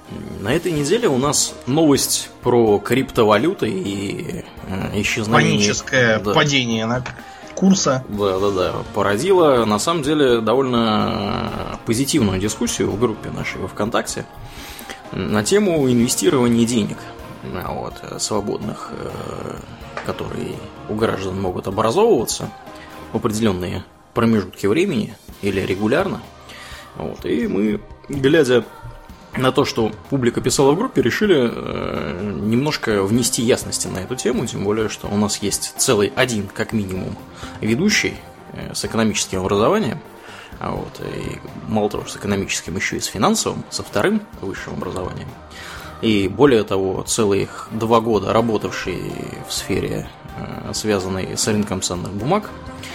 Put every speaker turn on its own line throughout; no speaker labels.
На этой неделе у нас новость про криптовалюты и исчезновение...
Паническое падение на курса.
Да, породило, на самом деле, довольно позитивную дискуссию в группе нашей во ВКонтакте на тему инвестирования денег, свободных, которые у граждан могут образовываться в определенные промежутки времени или регулярно. И мы, глядя на то, что публика писала в группе, решили немножко внести ясности на эту тему, тем более, что у нас есть целый один, как минимум, ведущий с экономическим образованием, и мало того, что с экономическим, еще и с финансовым, со вторым высшим образованием, и более того, целых 2 года работавший в сфере, связанной с рынком ценных бумаг.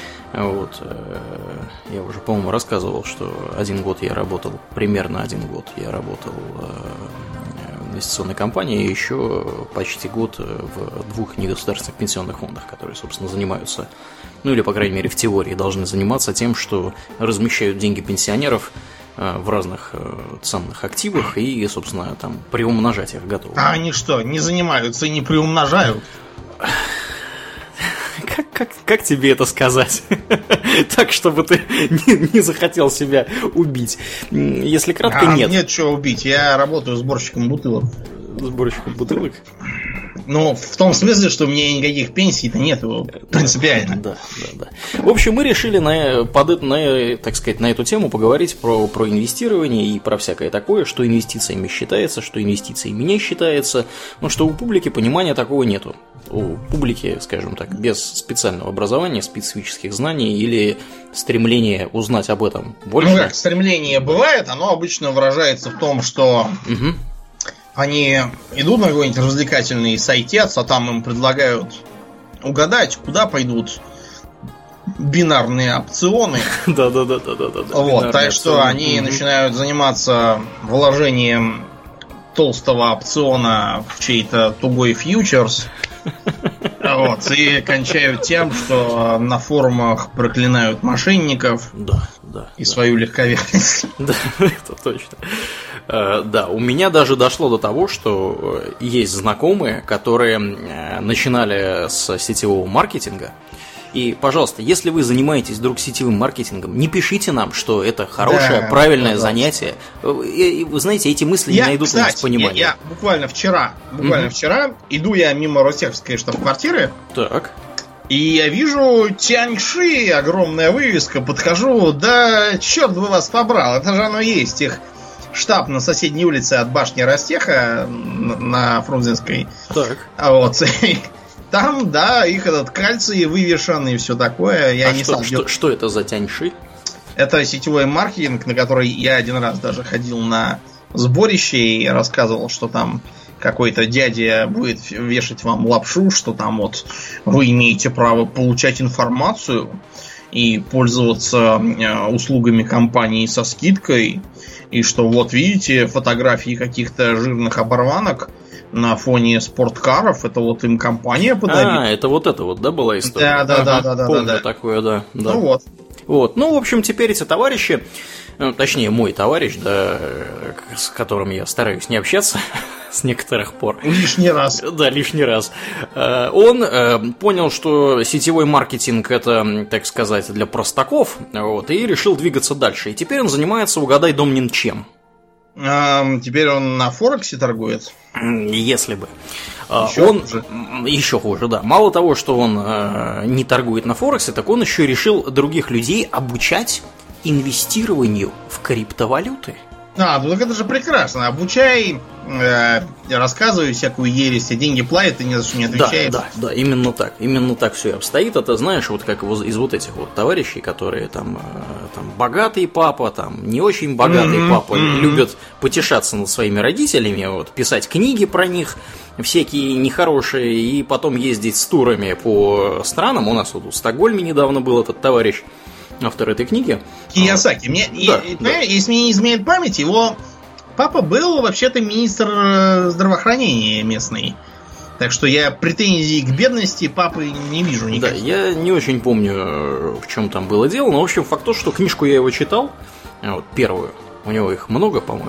Я уже, по-моему, рассказывал, что примерно один год я работал в инвестиционной компании, и еще почти год в 2 негосударственных пенсионных фондах, которые, собственно, занимаются, или, по крайней мере, в теории должны заниматься тем, что размещают деньги пенсионеров в разных ценных активах и, собственно, там приумножать их готовы.
А они что, не занимаются и не приумножают?
Как тебе это сказать? Так, чтобы ты не захотел себя убить. Если кратко, нет.
Нет чего убить, я работаю сборщиком бутылок.
Сборщиком бутылок?
В том смысле, что у меня никаких пенсий-то нету, принципиально.
Да. В общем, мы решили на эту тему поговорить про инвестирование и про всякое такое, что инвестициями считается, что инвестициями не считается, что у публики понимания такого нету. У публики, скажем так, без специального образования, специфических знаний или стремления узнать об этом больше.
Стремление бывает, оно обычно выражается в том, что они идут на какой-нибудь развлекательный сайтец, а там им предлагают угадать, куда пойдут бинарные опционы.
Да.
Так что они начинают заниматься вложением толстого опциона в чей-то тугой фьючерс. И кончают тем, что на форумах проклинают мошенников и свою легковерность.
Да, это точно. Да, у меня даже дошло до того, что есть знакомые, которые начинали с сетевого маркетинга. И, пожалуйста, если вы занимаетесь вдруг сетевым маркетингом, не пишите нам, что это хорошее, правильное занятие. И, вы знаете, эти мысли не найдут у нас понимания.
Я буквально вчера иду я мимо Ростеховской штаб-квартиры.
Так.
И я вижу Тяньши, огромная вывеска, подхожу, да черт бы вас побрал, это же оно есть, их штаб на соседней улице от башни Ростеха на Фрунзенской.
Так.
Там, их этот кальций вывешен и все такое.
Что это за Тяньши?
Это сетевой маркетинг, на который я один раз даже ходил на сборище и рассказывал, что там какой-то дядя будет вешать вам лапшу, что там вы имеете право получать информацию и пользоваться услугами компании со скидкой, и что видите фотографии каких-то жирных оборванок на фоне спорткаров, это им компания подарила.
Это была история?
Да.
Помню такое, да. В общем, теперь эти товарищи, точнее, мой товарищ, с которым я стараюсь не общаться с некоторых пор.
Лишний раз.
Да, лишний раз. Он понял, что сетевой маркетинг это, так сказать, для простаков, и решил двигаться дальше. И теперь он занимается, угадай, Домнин, чем?
Теперь он на Форексе торгует?
Если бы.
Хуже.
Еще хуже, да. Мало того, что он не торгует на Форексе, так он еще решил других людей обучать инвестированию в криптовалюты.
Так это же прекрасно. Обучай, рассказывай всякую ересь, а деньги платят, и ни за что не отвечает.
Да, именно так. Именно так все и обстоит. Это знаешь, как из этих товарищей, которые там богатый папа, не очень богатый папа, любят потешаться над своими родителями, писать книги про них, всякие нехорошие, и потом ездить с турами по странам. У нас в Стокгольме недавно был этот товарищ, автор этой книги.
Кийосаки. Если мне не изменяет память, его папа был вообще-то министр здравоохранения местный. Так что я претензий к бедности папы не вижу никаких.
Да, я не очень помню, в чем там было дело, но, в общем, факт тот, что книжку я его читал, первую. У него их много, по-моему,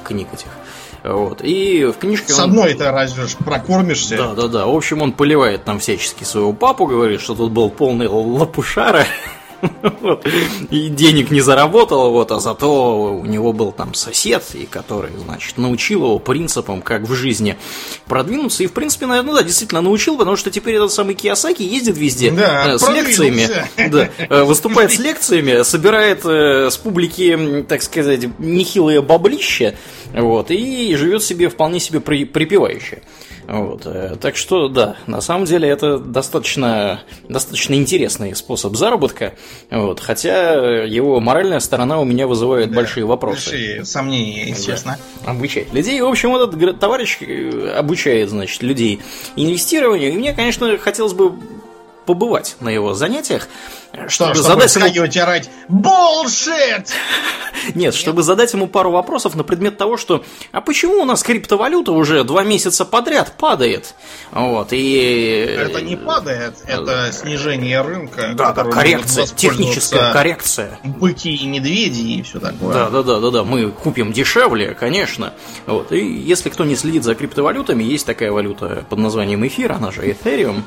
книг этих. Вот. И в книжке
с одной-то разве ж прокормишься.
Да. В общем, он поливает там всячески своего папу, говорит, что тут был полный лопушара. Вот. И денег не заработал, вот, а зато у него был там сосед, и который, значит, научил его принципам, как в жизни продвинуться. И, в принципе, наверное, да, действительно научил, потому что теперь этот самый Кийосаки ездит везде с лекциями, выступает с лекциями, собирает с публики, так сказать, нехилые баблища, вот, и живет себе вполне себе припевающе. Вот. Так что, да, на самом деле это достаточно интересный способ заработка, вот, хотя его моральная сторона у меня вызывает большие вопросы.
Большие сомнения, естественно.
Да. Обучать людей. В общем, этот товарищ обучает, значит, людей инвестированию, и мне, конечно, хотелось бы побывать на его занятиях,
чтобы задать ему... орать «Bullshit!»
Нет, чтобы задать ему пару вопросов на предмет того, что а почему у нас криптовалюта уже 2 месяца подряд падает? Вот, и...
Это не падает, это снижение рынка.
Да, коррекция, техническая коррекция.
Быки и медведи и все такое.
Да, мы купим дешевле, конечно. Вот, и если кто не следит за криптовалютами, есть такая валюта под названием эфир, она же Ethereum.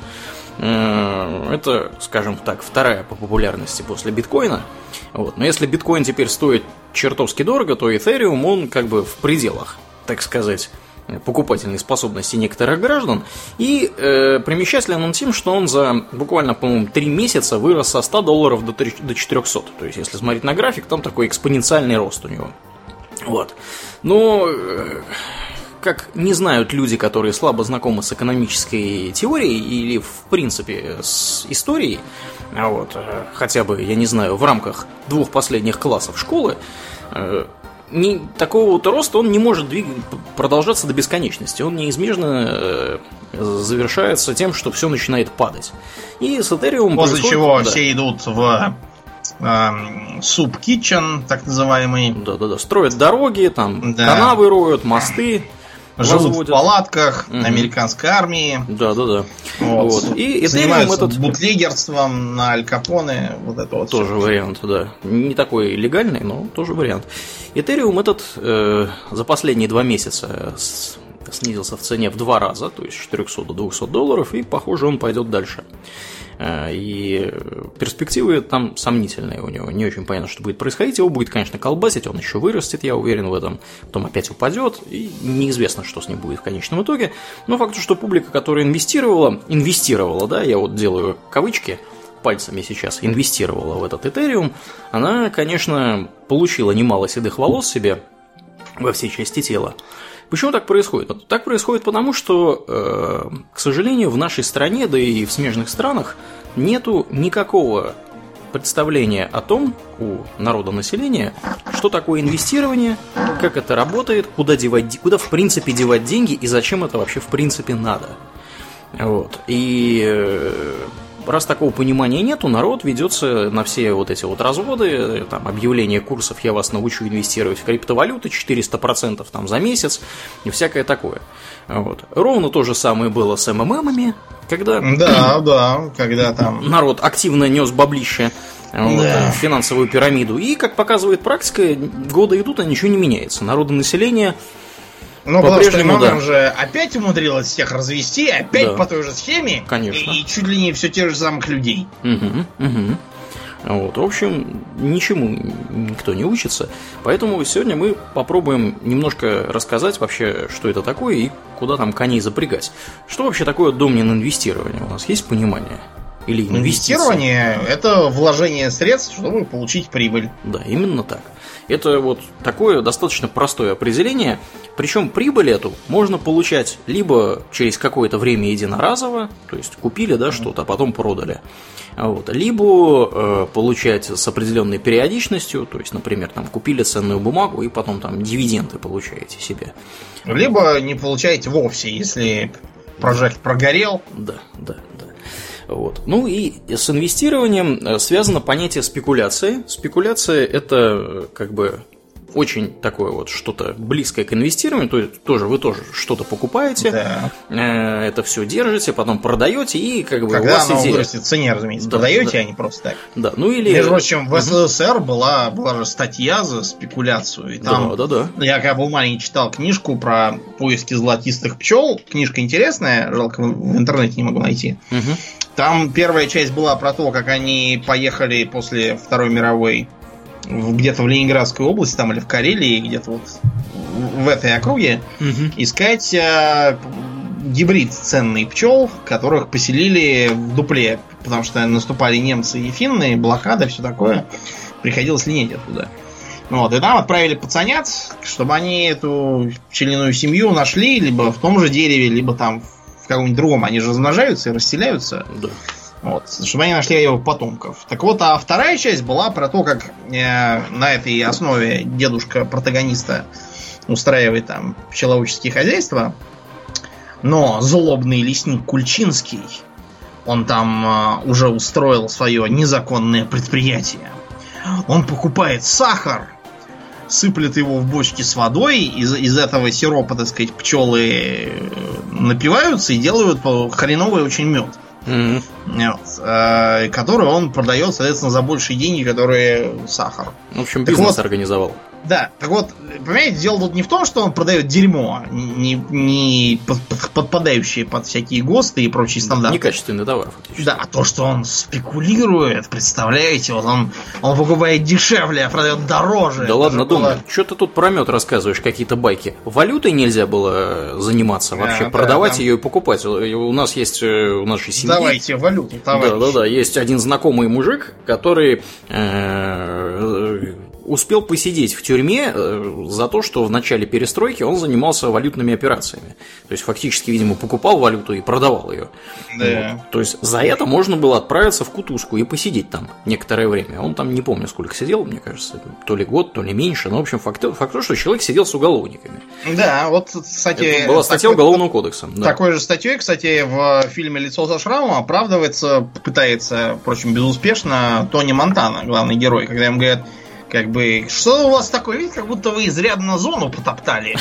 Это, скажем так, вторая по популярности после биткоина. Вот. Но если биткоин теперь стоит чертовски дорого, то Ethereum, он как бы в пределах, так сказать, покупательной способности некоторых граждан. И примечателен он тем, что он за буквально, по-моему, 3 месяца вырос со $100 до 400. То есть, если смотреть на график, там такой экспоненциальный рост у него. Вот. Но... как не знают люди, которые слабо знакомы с экономической теорией или, в принципе, с историей, вот, хотя бы, я не знаю, в рамках 2 последних классов школы, такого вот роста он не может продолжаться до бесконечности. Он неизбежно завершается тем, что все начинает падать. И с Ethereum
после чего все идут в... суп kitchen, так называемый.
Да. Строят дороги, там канавы роют, мосты.
Живут в палатках американской армии.
Да.
Вот. И занимаются бутлегерством на Аль Капоне. Вот это вот
тоже вариант, да. Не такой легальный, но тоже вариант. Ethereum этот за последние 2 месяца снизился в цене в 2 раза, то есть с 400 до $200, и, похоже, он пойдет дальше. И перспективы там сомнительные у него. Не очень понятно, что будет происходить. Его будет, конечно, колбасить, он еще вырастет, я уверен в этом. Потом опять упадет, и неизвестно, что с ним будет в конечном итоге. Но факт, что публика, которая инвестировала, да, я вот делаю кавычки пальцами сейчас, инвестировала в этот Ethereum, она, конечно, получила немало седых волос себе во всей части тела. Почему так происходит? Так происходит потому, что, к сожалению, в нашей стране, да и в смежных странах, нету никакого представления о том у народа населения, что такое инвестирование, как это работает, куда в принципе девать деньги и зачем это вообще в принципе надо. Вот. И раз такого понимания нету, народ ведется на все вот эти вот разводы, там, объявление курсов «Я вас научу инвестировать в криптовалюты», 400% там за месяц и всякое такое. Вот. Ровно то же самое было с МММами, когда
когда там
народ активно нес баблище в финансовую пирамиду. И, как показывает практика, годы идут, а ничего не меняется. Народонаселение...
Ну, потому что МММ же опять умудрилась всех развести, опять по той же схеме.
Конечно.
И чуть ли не все тех же самых людей.
Вот, в общем, ничему никто не учится. Поэтому сегодня мы попробуем немножко рассказать вообще, что это такое и куда там коней запрягать. Что вообще такое домнин инвестирование? У нас есть понимание? Или
инвестирование – это вложение средств, чтобы получить прибыль.
Да, именно так. Это вот такое достаточно простое определение. Причем прибыль эту можно получать либо через какое-то время единоразово, то есть купили, да, что-то, а потом продали. Вот. Либо получать с определенной периодичностью, то есть, например, там, купили ценную бумагу и потом там дивиденды получаете себе.
Либо не получаете вовсе, если прожект прогорел.
Да. Вот. Ну и с инвестированием связано понятие спекуляции. Спекуляция – это как бы очень такое вот что-то близкое к инвестированию, то есть вы тоже что-то покупаете, это все держите, потом продаете и как бы
когда
у вас
оно
идея...
вырастет в цене, разумеется, продаете, а не просто так.
Да, ну или...
Между прочим, в СССР была же статья за спекуляцию, и там я когда был маленький читал книжку про поиски золотистых пчел, книжка интересная, жалко в интернете не могу найти. Там первая часть была про то, как они поехали после Второй мировой где-то в Ленинградской области, там или в Карелии, где-то вот в этой округе, искать гибрид ценный пчел, которых поселили в дупле, потому что наступали немцы и финны, блокада, все такое, приходилось линять оттуда. Вот, и там отправили пацанят, чтобы они эту пчелиную семью нашли либо в том же дереве, либо там в каком-нибудь другом. Они же размножаются и расселяются. Да. Вот, чтобы они нашли его потомков. Так вот, а вторая часть была про то, как на этой основе дедушка протагониста устраивает там пчеловодческие хозяйства. Но злобный лесник Кульчинский, он там уже устроил свое незаконное предприятие. Он покупает сахар, сыплет его в бочки с водой, из этого сиропа, так сказать, пчелы напиваются и делают хреновый очень мед. Который он продает, соответственно, за большие деньги, которые сахар.
В общем, бизнес организовал.
Да, так вот, понимаете, дело тут не в том, что он продает дерьмо, не подпадающее под всякие ГОСТы и прочие стандарты.
Некачественный товар, фактически.
Да, а то, что он спекулирует, представляете, вот он покупает дешевле, а продает дороже.
Да ладно, думай, что ты тут про мед рассказываешь, какие-то байки. Валютой нельзя было заниматься вообще, продавать ее и покупать. У нас есть у нашей семьи...
Давайте валюту, товарищи.
Да, есть один знакомый мужик, который... успел посидеть в тюрьме за то, что в начале перестройки он занимался валютными операциями. То есть, фактически, видимо, покупал валюту и продавал ее. Да. Вот. То есть, за это можно было отправиться в кутузку и посидеть там некоторое время. Он там, не помню, сколько сидел, мне кажется, то ли год, то ли меньше. Но, в общем, факт то, что человек сидел с уголовниками.
Да, вот, кстати...
Это была статья Уголовного кодекса. Да.
Такой же статьей, кстати, в фильме «Лицо со шрамом» оправдывается, пытается, впрочем, безуспешно, Тони Монтана, главный герой, когда им говорят... Как бы, что у вас такой вид, как будто вы изрядно зону потоптали.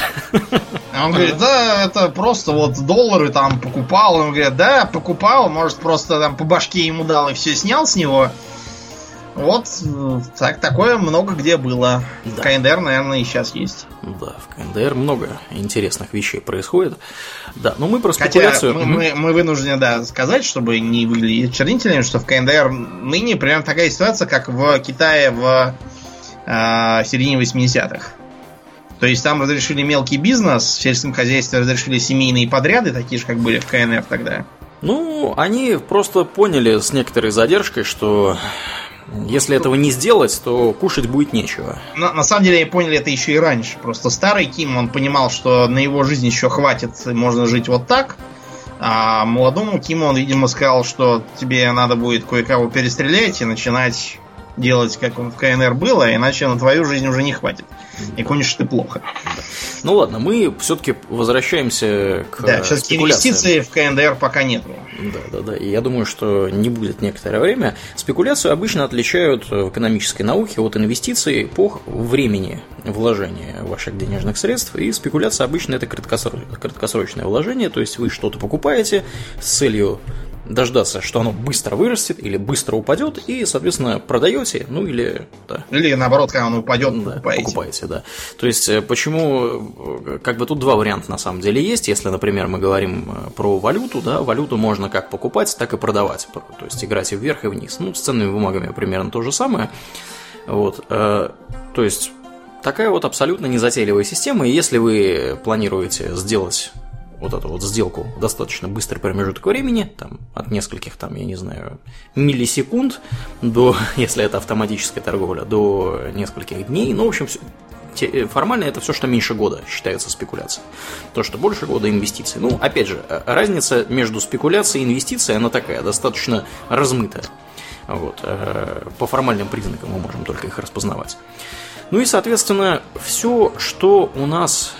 А он говорит, да, это просто вот доллары там покупал. Он говорит, да, покупал, может, просто там по башке ему дал и все снял с него. Вот так, такое много где было. Да. В КНДР, наверное, и сейчас есть.
Да, в КНДР много интересных вещей происходит. Да, но мы про спекуляцию...
Хотя мы вынуждены, сказать, чтобы не выглядеть чернителями, что в КНДР ныне примерно такая ситуация, как в Китае в середине 80-х. То есть там разрешили мелкий бизнес, в сельском хозяйстве разрешили семейные подряды, такие же, как были в КНР тогда.
Ну, они просто поняли с некоторой задержкой, что если этого не сделать, то кушать будет нечего.
На самом деле, поняли это еще и раньше. Просто старый Ким, он понимал, что на его жизнь еще хватит, можно жить вот так. А молодому Киму он, видимо, сказал, что тебе надо будет кое-кого перестрелять и начинать делать, как он в КНР было, иначе на твою жизнь уже не хватит. И кончишь ты плохо.
Ну ладно, мы все-таки возвращаемся к
все-таки инвестиций в КНДР пока нет.
Да. И я думаю, что не будет некоторое время. Спекуляцию обычно отличают в экономической науке от инвестиций по времени вложения ваших денежных средств. И спекуляция обычно это краткосрочное вложение, то есть вы что-то покупаете с целью дождаться, что оно быстро вырастет или быстро упадет, и, соответственно, продаете, ну или... Да.
Или, наоборот, когда оно упадет,
покупаете, да. То есть, почему... Как бы тут два варианта, на самом деле, есть. Если, например, мы говорим про валюту, да, валюту можно как покупать, так и продавать. То есть, играть и вверх, и вниз. Ну, с ценными бумагами примерно то же самое. Вот. То есть, такая вот абсолютно незатейливая система, и если вы планируете сделать... вот эту вот сделку в достаточно быстрый промежуток времени, там, от нескольких, там, я не знаю, миллисекунд до, если это автоматическая торговля, до нескольких дней. Ну, в общем, формально это все, что меньше года считается спекуляцией. То, что больше года инвестиций. Ну, опять же, разница между спекуляцией и инвестицией, она такая, достаточно размытая. Вот. По формальным признакам мы можем только их распознавать. Ну и, соответственно, все, что у нас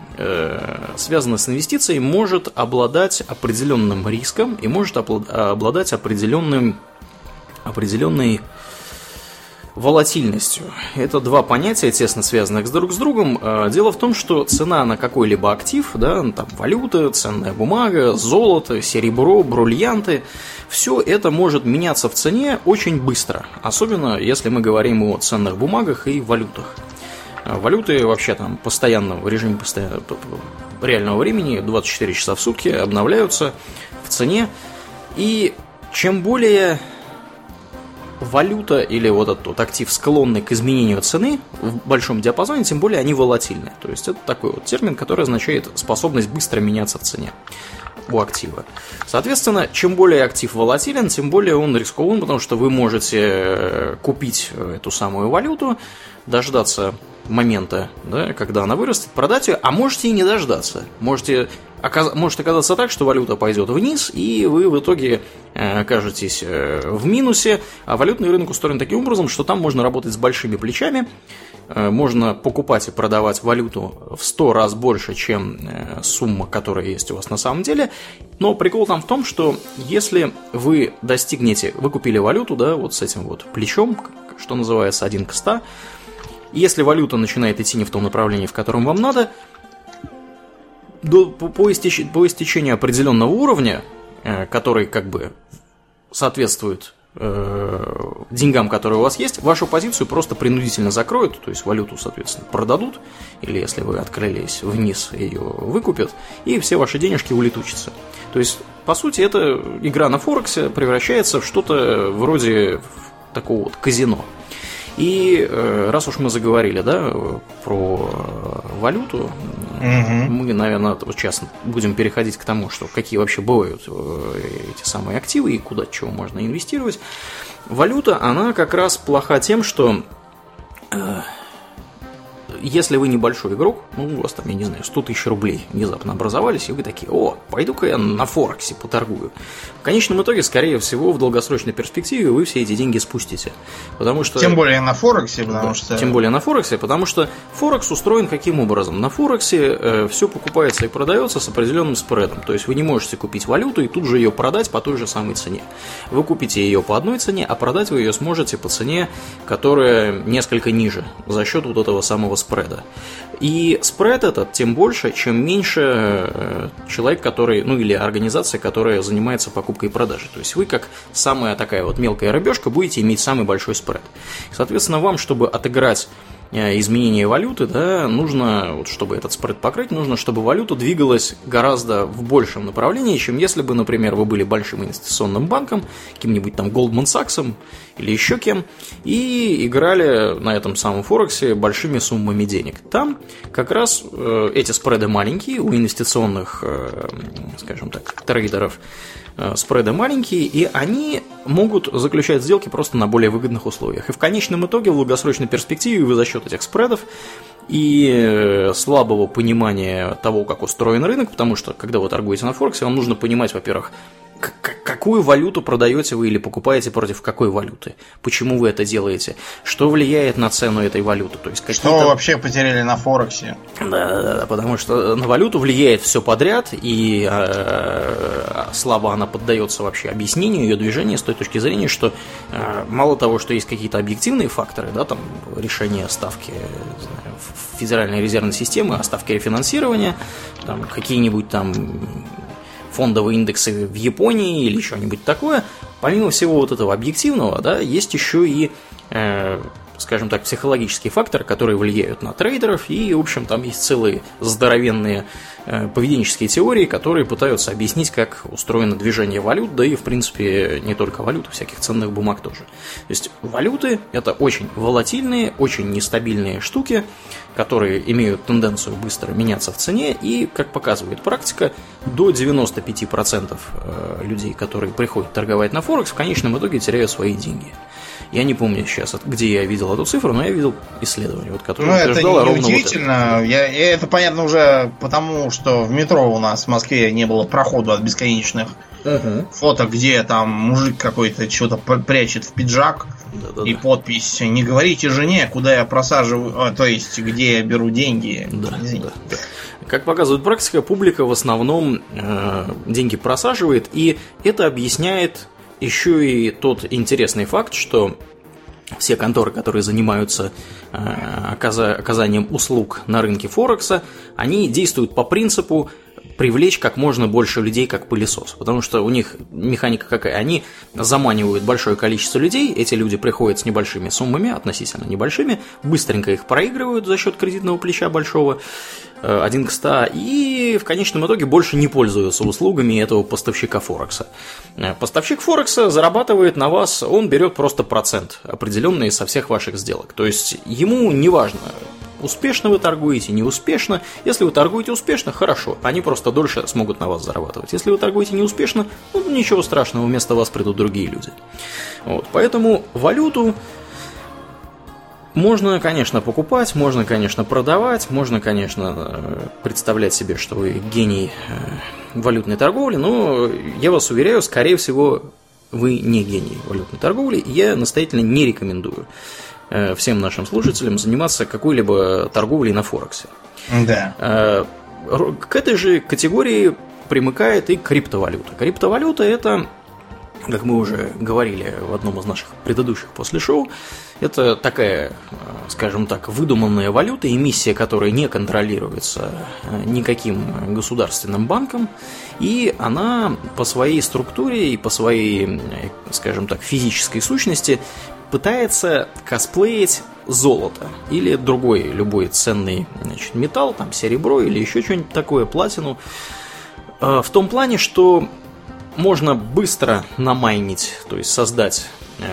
связано с инвестицией, может обладать определенным риском и может обладать определенной волатильностью. Это два понятия, тесно связанных друг с другом. Дело в том, что цена на какой-либо актив, да, там валюта, ценная бумага, золото, серебро, бриллианты, все это может меняться в цене очень быстро. Особенно, если мы говорим о ценных бумагах и валютах. Валюты вообще там постоянно, в режиме реального времени, 24 часа в сутки обновляются в цене. И чем более валюта или вот этот вот актив склонны к изменению цены в большом диапазоне, тем более они волатильны. То есть это такой вот термин, который означает способность быстро меняться в цене у актива. Соответственно, чем более актив волатилен, тем более он рискован, потому что вы можете купить эту самую валюту, дождаться момента, да, когда она вырастет, продать ее, а можете и не дождаться. Может оказаться так, что валюта пойдет вниз, и вы в итоге окажетесь в минусе, а валютный рынок устроен таким образом, что там можно работать с большими плечами, можно покупать и продавать валюту в 100 раз больше, чем сумма, которая есть у вас на самом деле. Но прикол там в том, что если вы достигнете, вы купили валюту, да, вот с этим вот плечом, что называется 1 к 100, если валюта начинает идти не в том направлении, в котором вам надо, по истечению определенного уровня, который как бы соответствует деньгам, которые у вас есть, вашу позицию просто принудительно закроют, то есть валюту, соответственно, продадут, или если вы открылись вниз, ее выкупят, и все ваши денежки улетучатся. То есть, по сути, эта игра на Форексе превращается в что-то вроде такого вот казино. И раз уж мы заговорили, да, про валюту, мы, наверное, вот сейчас будем переходить к тому, что какие вообще бывают эти самые активы и куда чего можно инвестировать. Валюта, она как раз плоха тем, что если вы небольшой игрок, ну, у вас там, я не знаю, 100 тысяч рублей внезапно образовались, и вы такие: о, пойду-ка я на Форексе поторгую. В конечном итоге, скорее всего, в долгосрочной перспективе вы все эти деньги спустите. Потому что... Тем более на Форексе, потому что... Тем более на Форексе, потому что Форекс устроен каким образом? На Форексе все покупается и продается с определенным спредом. То есть вы не можете купить валюту и тут же ее продать по той же самой цене. Вы купите ее по одной цене, а продать вы ее сможете по цене, которая несколько ниже, за счет вот этого самого спреда. И спред этот тем больше, чем меньше человек, который, ну или организация, которая занимается покупкой и продажей. То есть вы, как самая такая вот мелкая рыбешка, будете иметь самый большой спред. Соответственно, вам, чтобы отыграть изменение валюты, да, нужно, вот, чтобы этот спред покрыть, нужно, чтобы валюта двигалась гораздо в большем направлении, чем если бы, например, вы были большим инвестиционным банком, каким-нибудь там Goldman Sachs или еще кем, и играли на этом самом Форексе большими суммами денег. Там как раз эти спреды маленькие, у инвестиционных, скажем так, трейдеров спреды маленькие, и они могут заключать сделки просто на более выгодных условиях. И в конечном итоге, в долгосрочной перспективе, вы за счет этих спредов и слабого понимания того, как устроен рынок, потому что, когда вы торгуете на Форексе, вам нужно понимать, во-первых, какую валюту продаете вы или покупаете против какой валюты, почему вы это делаете, что влияет на цену этой валюты. То есть что вы вообще потеряли на Форексе. Да, потому что на валюту влияет все подряд, и слабо она поддается вообще объяснению ее движения с той точки зрения, что мало того, что есть какие-то объективные факторы, да, там решение ставки, не знаю, Федеральной резервной системы, о ставке рефинансирования, там какие-нибудь там фондовые индексы в Японии или что-нибудь такое, помимо всего вот этого объективного, да, есть еще и, скажем так, психологические факторы, которые влияют на трейдеров, и, в общем, там есть целые здоровенные поведенческие теории, которые пытаются объяснить, как устроено движение валют, да и, в принципе, не только валют, всяких ценных бумаг тоже. То есть валюты – это очень волатильные, очень нестабильные штуки, которые имеют тенденцию быстро меняться в цене, и, как показывает практика, до 95% людей, которые приходят торговать на Форекс, в конечном итоге теряют свои деньги. Я не помню сейчас, где я видел эту цифру, но я видел исследование, вот, которое утверждало ровно вот это. Ну, это неудивительно. Это понятно уже потому, что в метро у нас в Москве не было прохода от бесконечных фоток, где там мужик какой-то что-то прячет в пиджак, и подпись «Не говорите жене, куда я просаживаю», то есть где я беру деньги. Да. Как показывает практика, публика в основном деньги просаживает, и это объясняет еще и тот интересный факт, что все конторы, которые занимаются оказанием услуг на рынке Форекса, они действуют по принципу привлечь как можно больше людей как пылесос, потому что у них механика какая? Они заманивают большое количество людей, эти люди приходят с небольшими суммами, относительно небольшими, быстренько их проигрывают за счет кредитного плеча большого, 1 к 100, и в конечном итоге больше не пользуются услугами этого поставщика Форекса. Поставщик Форекса зарабатывает на вас, он берет просто процент определенный со всех ваших сделок, то есть ему не важно, успешно вы торгуете, неуспешно. Если вы торгуете успешно, хорошо, они просто дольше смогут на вас зарабатывать. Если вы торгуете неуспешно, ну ничего страшного, вместо вас придут другие люди. Вот, поэтому валюту можно, конечно, покупать, можно, конечно, продавать, можно, конечно, представлять себе, что вы гений валютной торговли, но я вас уверяю, скорее всего, вы не гений валютной торговли, и я настоятельно не рекомендую всем нашим слушателям заниматься какой-либо торговлей на Форексе.
Да.
К этой же категории примыкает и криптовалюта. Криптовалюта – это, как мы уже говорили в одном из наших предыдущих после шоу, это такая, скажем так, выдуманная валюта, эмиссия которой не контролируется никаким государственным банком, и она по своей структуре и по своей, скажем так, физической сущности пытается косплеить золото или другой любой ценный, значит, металл, там серебро или еще что-нибудь такое, платину, в том плане, что можно быстро намайнить, то есть создать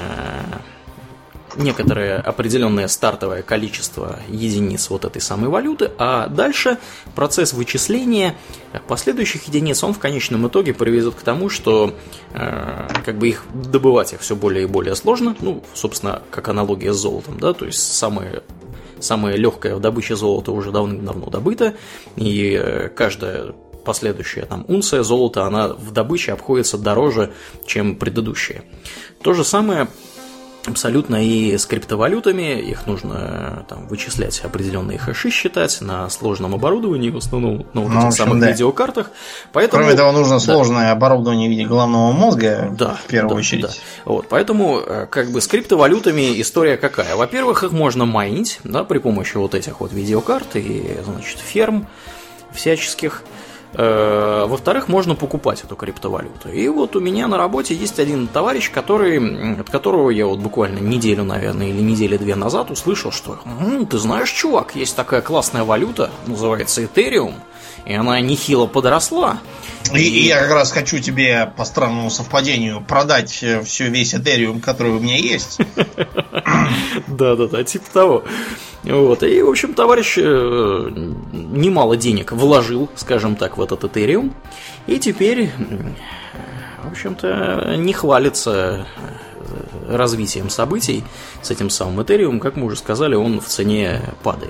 некоторое определенное стартовое количество единиц вот этой самой валюты, а дальше процесс вычисления последующих единиц, он в конечном итоге приведет к тому, что как бы их добывать их все более и более сложно, ну, собственно, как аналогия с золотом, да, то есть самое легкое в добыче золота уже давным-давно добыто, и каждая последующая там унция золота, она в добыче обходится дороже, чем предыдущая. То же самое абсолютно и с криптовалютами, их нужно там вычислять, определенные хэши считать на сложном оборудовании, в основном на вот этих самых видеокартах. Поэтому,
кроме того, нужно сложное оборудование в виде головного мозга, в первую очередь.
Да. Вот, поэтому как бы с криптовалютами история какая? Во-первых, их можно майнить, да, при помощи вот этих вот видеокарт и, значит, ферм всяческих. Во-вторых, можно покупать эту криптовалюту. И вот у меня на работе есть один товарищ, от которого я вот буквально неделю, наверное, или недели 2 назад услышал, что ты знаешь, чувак, есть такая классная валюта, называется Ethereum, и она нехило подросла.
И я как раз хочу тебе по странному совпадению продать весь Ethereum, который у меня есть.
Да-да-да, типа того. Вот. И, в общем, товарищ немало денег вложил, скажем так, в этот Ethereum. И теперь, в общем-то, не хвалится развитием событий с этим самым Ethereum. Как мы уже сказали, он в цене падает.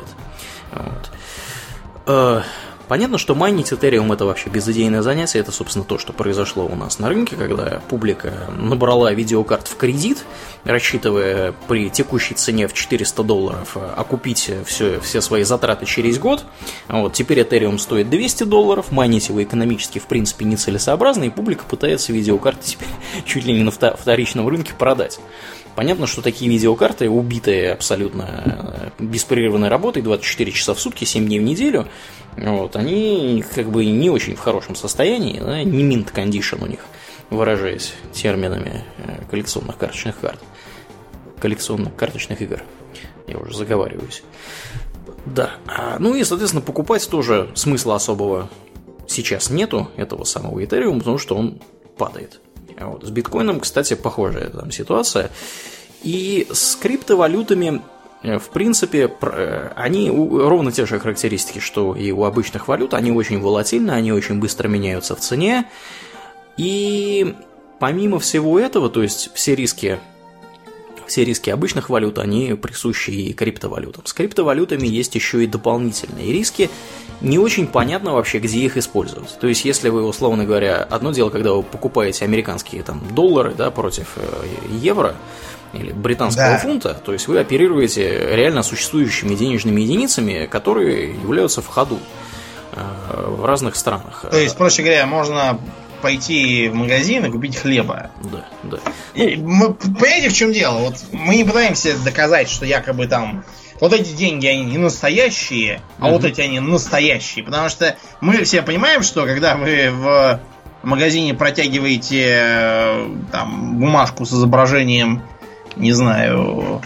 Вот. Понятно, что майнить Ethereum — это вообще безыдейное занятие. Это, собственно, то, что произошло у нас на рынке, когда публика набрала видеокарт в кредит, рассчитывая при текущей цене в $400 окупить все свои затраты через год. Вот, теперь Ethereum стоит $200, майнить его экономически, в принципе, нецелесообразно, и публика пытается видеокарты теперь чуть ли не на вторичном рынке продать. Понятно, что такие видеокарты, убитые абсолютно беспрерывной работой, 24 часа в сутки, 7 дней в неделю, вот, они как бы не очень в хорошем состоянии, да, не mint condition у них, выражаясь терминами коллекционных карточных карт, коллекционных карточных игр. Я уже заговариваюсь. Да, ну и, соответственно, покупать тоже смысла особого сейчас нету, этого самого Ethereum, потому что он падает. Вот. С биткоином, кстати, похожая там ситуация. И с криптовалютами, в принципе, они ровно те же характеристики, что и у обычных валют. Они очень волатильны, они очень быстро меняются в цене. И помимо всего этого, то есть все риски обычных валют, они присущи и криптовалютам. С криптовалютами есть еще и дополнительные риски. Не очень понятно вообще, где их использовать. То есть, если вы, условно говоря, одно дело, когда вы покупаете американские там доллары, да, против евро или британского фунта, то есть вы оперируете реально существующими денежными единицами, которые являются в ходу в разных странах.
То есть, проще говоря, можно пойти в магазин и купить хлеба.
Да, да.
Понимаете, в чем дело? Вот мы не пытаемся доказать, что якобы там вот эти деньги, они не настоящие, а вот эти они настоящие. Потому что мы все понимаем, что когда вы в магазине протягиваете там бумажку с изображением, не знаю,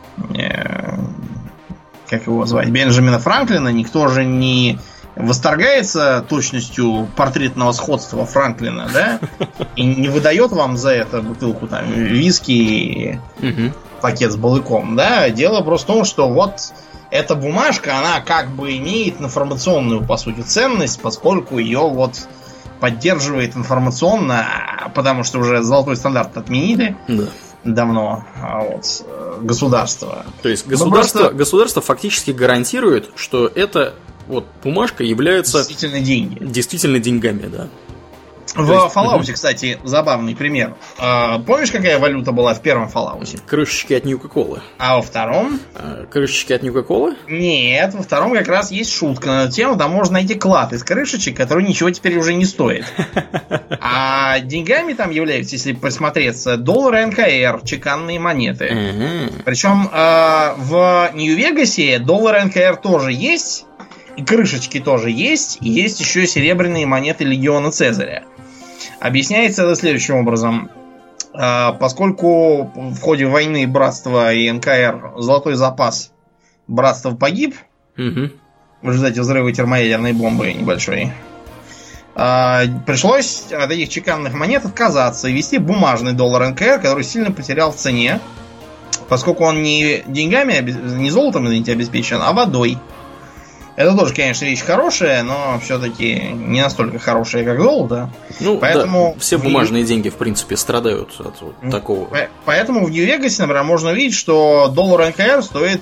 как его звать, Бенджамина Франклина, никто же не восторгается точностью портретного сходства Франклина, да? И не выдает вам за это бутылку там виски и пакет с балыком, да? Дело просто в том, что вот эта бумажка, она как бы имеет информационную, по сути, ценность, поскольку ее вот поддерживает информационно, потому что уже золотой стандарт отменили. Да. Давно вот, государство.
То есть государство фактически гарантирует, что эта вот бумажка является действительно деньгами, да.
В Fallout, кстати, забавный пример. Помнишь, какая валюта была в первом Fallout?
Крышечки от Ньюка-Колы.
А во втором?
Крышечки от Ньюка-Колы?
Нет, во втором как раз есть шутка на эту тему. Там можно найти клад из крышечек, который ничего теперь уже не стоит. А деньгами там являются, если посмотреться, доллары НКР, чеканные монеты. Причем в Нью-Вегасе доллары НКР тоже есть, и крышечки тоже есть, и есть еще серебряные монеты Легиона Цезаря. Объясняется это следующим образом. Поскольку в ходе войны Братства и НКР золотой запас Братства погиб в результате взрыва термоядерной бомбы небольшой, пришлось от этих чеканных монет отказаться и ввести бумажный доллар НКР, который сильно потерял в цене, поскольку он не деньгами, не золотом, извините, обеспечен, а водой. Это тоже, конечно, вещь хорошая, но все-таки не настолько хорошая, как золото.
Ну, поэтому да, все бумажные деньги, в принципе, страдают от вот такого.
Поэтому в Нью-Вегасе, например, можно видеть, что доллар НКР стоит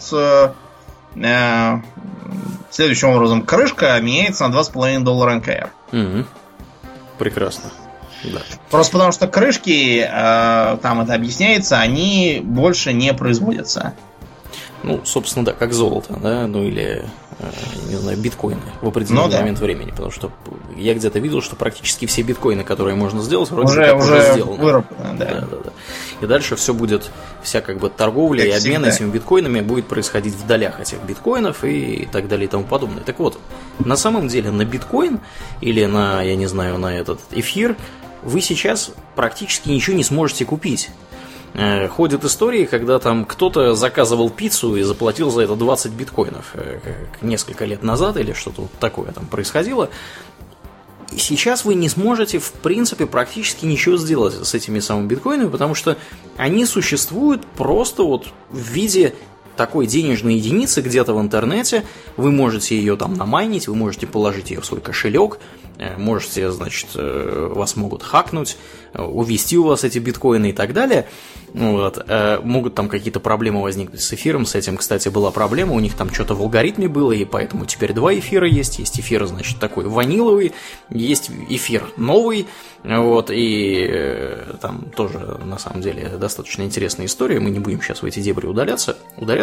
следующим образом. Крышка меняется на $2,5 НКР.
Прекрасно. Да.
Просто потому, что крышки, там это объясняется, они больше не производятся.
Ну, собственно, да, как золото, да, ну или, не знаю, биткоины в определенный момент времени, потому что я где-то видел, что практически все биткоины, которые можно сделать, вроде уже сделаны.
Выработаны, да.
Да. И дальше все будет, вся как бы торговля как и обмен этими биткоинами будет происходить в долях этих биткоинов и так далее и тому подобное. Так вот, на самом деле на биткоин или на, я не знаю, на этот эфир вы сейчас практически ничего не сможете купить. Ходят истории, когда там кто-то заказывал пиццу и заплатил за это 20 биткоинов несколько лет назад или что-то вот такое там происходило. И сейчас вы не сможете, в принципе, практически ничего сделать с этими самыми биткоинами, потому что они существуют просто вот в виде такой денежной единицы где-то в интернете. Вы можете ее там намайнить, вы можете положить ее в свой кошелек, можете, значит, вас могут хакнуть, увести у вас эти биткоины и так далее. Вот. Могут там какие-то проблемы возникнуть с эфиром. С этим, кстати, была проблема. У них там что-то в алгоритме было, и поэтому теперь два эфира есть. Есть эфир, значит, такой ваниловый, есть эфир новый. Вот. И там тоже, на самом деле, достаточно интересная история. Мы не будем сейчас в эти дебри удаляться.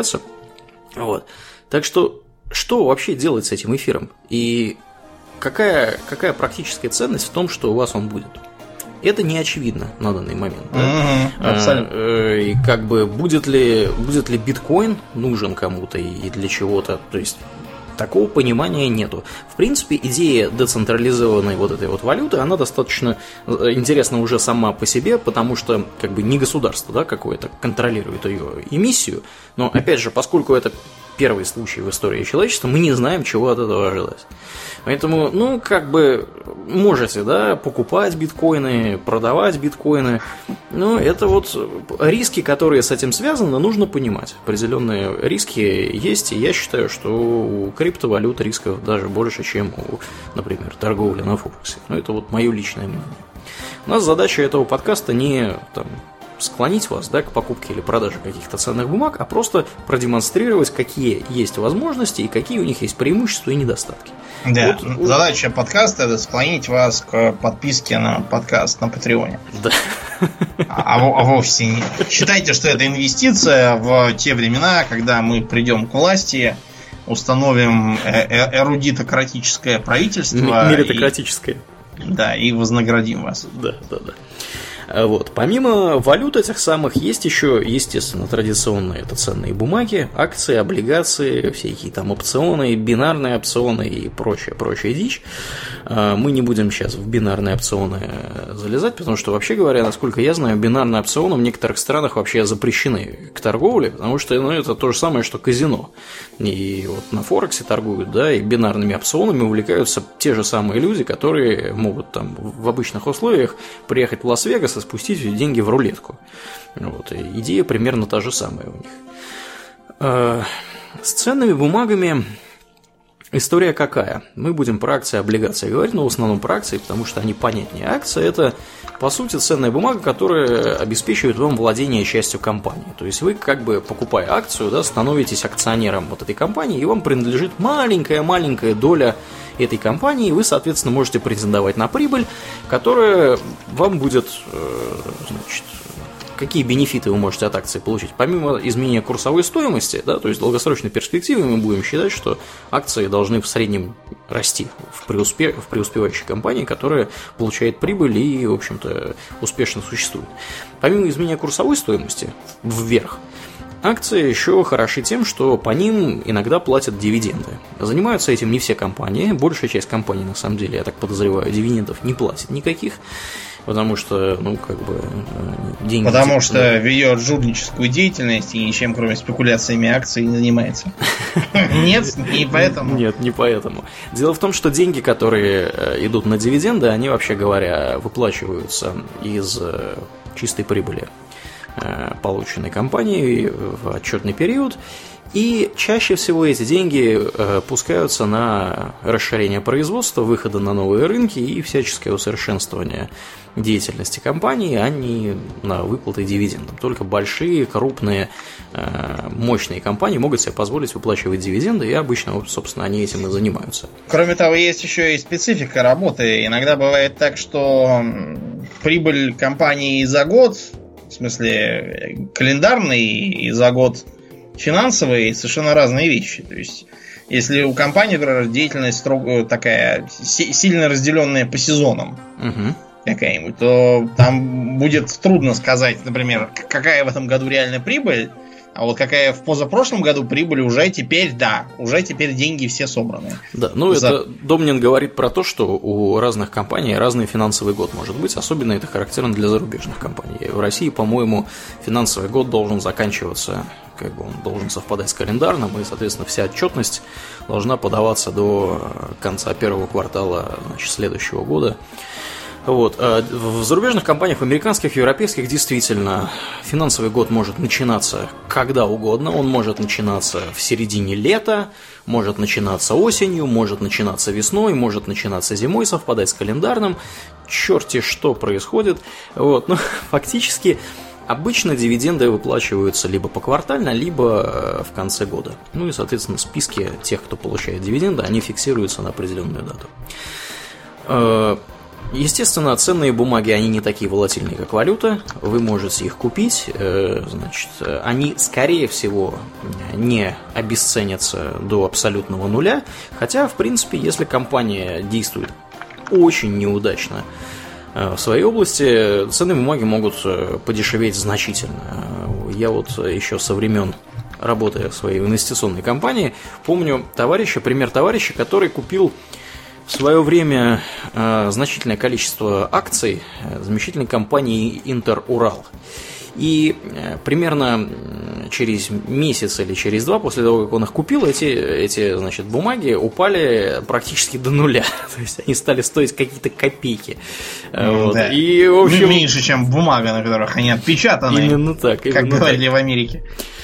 Вот. Так что вообще делать с этим эфиром? И какая практическая ценность в том, что у вас он будет? Это не очевидно на данный момент. Да?
Абсолютно.
И как бы будет ли биткоин нужен кому-то и для чего-то? То есть такого понимания нету. В принципе, идея децентрализованной вот этой вот валюты, она достаточно интересна уже сама по себе, потому что как бы не государство, да, какое-то контролирует ее эмиссию, но опять же, поскольку это первый случай в истории человечества, мы не знаем, чего от этого ожидать. Поэтому, ну, как бы можете, да, покупать биткоины, продавать биткоины, но это вот риски, которые с этим связаны, нужно понимать. Определенные риски есть, и я считаю, что у криптовалют рисков даже больше, чем у, например, торговли на Форексе. Но это вот мое личное мнение. У нас задача этого подкаста не там склонить вас, да, к покупке или продаже каких-то ценных бумаг, а просто продемонстрировать, какие есть возможности и какие у них есть преимущества и недостатки.
Да, задача подкаста — это склонить вас к подписке на подкаст на Патреоне.
Да.
А вовсе не. Считайте, что это инвестиция в те времена, когда мы придем к власти, установим эрудитократическое правительство.
Меритократическое.
Да, и вознаградим вас.
Да. Вот. Помимо валют этих самых, есть еще, естественно, традиционные это ценные бумаги, акции, облигации, всякие там опционы, бинарные опционы и прочая дичь. Мы не будем сейчас в бинарные опционы залезать, потому что, вообще говоря, насколько я знаю, бинарные опционы в некоторых странах вообще запрещены к торговле, потому что это то же самое, что казино. И вот на Форексе торгуют, да, и бинарными опционами увлекаются те же самые люди, которые могут там в обычных условиях приехать в Лас-Вегас и спустить деньги в рулетку. Вот. И идея примерно та же самая у них. С ценными бумагами история какая? Мы будем про акции и облигации говорить, но в основном про акции, потому что они понятнее. Акция – это, по сути, ценная бумага, которая обеспечивает вам владение частью компании. То есть вы, как бы покупая акцию, да, становитесь акционером вот этой компании, и вам принадлежит маленькая доля этой компании, и вы, соответственно, можете претендовать на прибыль, которая вам будет, значит, какие бенефиты вы можете от акции получить. Помимо изменения курсовой стоимости, да, то есть в долгосрочной перспективе мы будем считать, что акции должны в среднем расти в преуспевающей компании, которая получает прибыль и, в общем-то, успешно существует. Помимо изменения курсовой стоимости вверх, акции еще хороши тем, что по ним иногда платят дивиденды. Занимаются этим не все компании. Большая часть компаний, на самом деле, я так подозреваю, дивидендов не платит никаких. Потому что, деньги...
Потому что ведет жульническую деятельность и ничем, кроме спекуляциями акций, не занимается. Нет, не поэтому.
Нет, не поэтому. Дело в том, что деньги, которые идут на дивиденды, они, вообще говоря, выплачиваются из чистой прибыли, полученной компанией в отчетный период. И чаще всего эти деньги пускаются на расширение производства, выхода на новые рынки и всяческое усовершенствование деятельности компании, а не на выплаты дивидендов. Только большие, крупные, мощные компании могут себе позволить выплачивать дивиденды, и обычно, собственно, они этим и занимаются.
Кроме того, есть еще и специфика работы. Иногда бывает так, что прибыль компании за год, в смысле календарный, и за год финансовые, совершенно разные вещи. То есть, если у компании, например, деятельность такая сильно разделенная по сезонам, какая-нибудь, то там будет трудно сказать, например, какая в этом году реальная прибыль, а вот какая в позапрошлом году прибыль уже теперь деньги все собраны.
Да, это Домнин говорит про то, что у разных компаний разный финансовый год может быть, особенно это характерно для зарубежных компаний. В России, по-моему, финансовый год должен заканчиваться, он должен совпадать с календарным, и, соответственно, вся отчетность должна подаваться до конца первого квартала, следующего года. Вот. В зарубежных компаниях, в американских, европейских, действительно, финансовый год может начинаться когда угодно. Он может начинаться в середине лета, может начинаться осенью, может начинаться весной, может начинаться зимой, совпадать с календарным. Черти что происходит. Вот. Но фактически обычно дивиденды выплачиваются либо поквартально, либо в конце года. И, соответственно, списки тех, кто получает дивиденды, они фиксируются на определенную дату. Естественно, ценные бумаги, они не такие волатильные, как валюта. Вы можете их купить. Они, скорее всего, не обесценятся до абсолютного нуля. Хотя, в принципе, если компания действует очень неудачно в своей области, ценные бумаги могут подешеветь значительно. Я еще со времен работы в своей инвестиционной компании помню пример товарища, который купил в свое время значительное количество акций замечательной компании «Интерурал». И примерно через месяц или через два после того, как он их купил, эти бумаги упали практически до нуля. То есть они стали стоить какие-то копейки.
Да.
И, в общем...
меньше, чем бумага, на которых они отпечатаны.
Именно так.
Как говорили в Америке.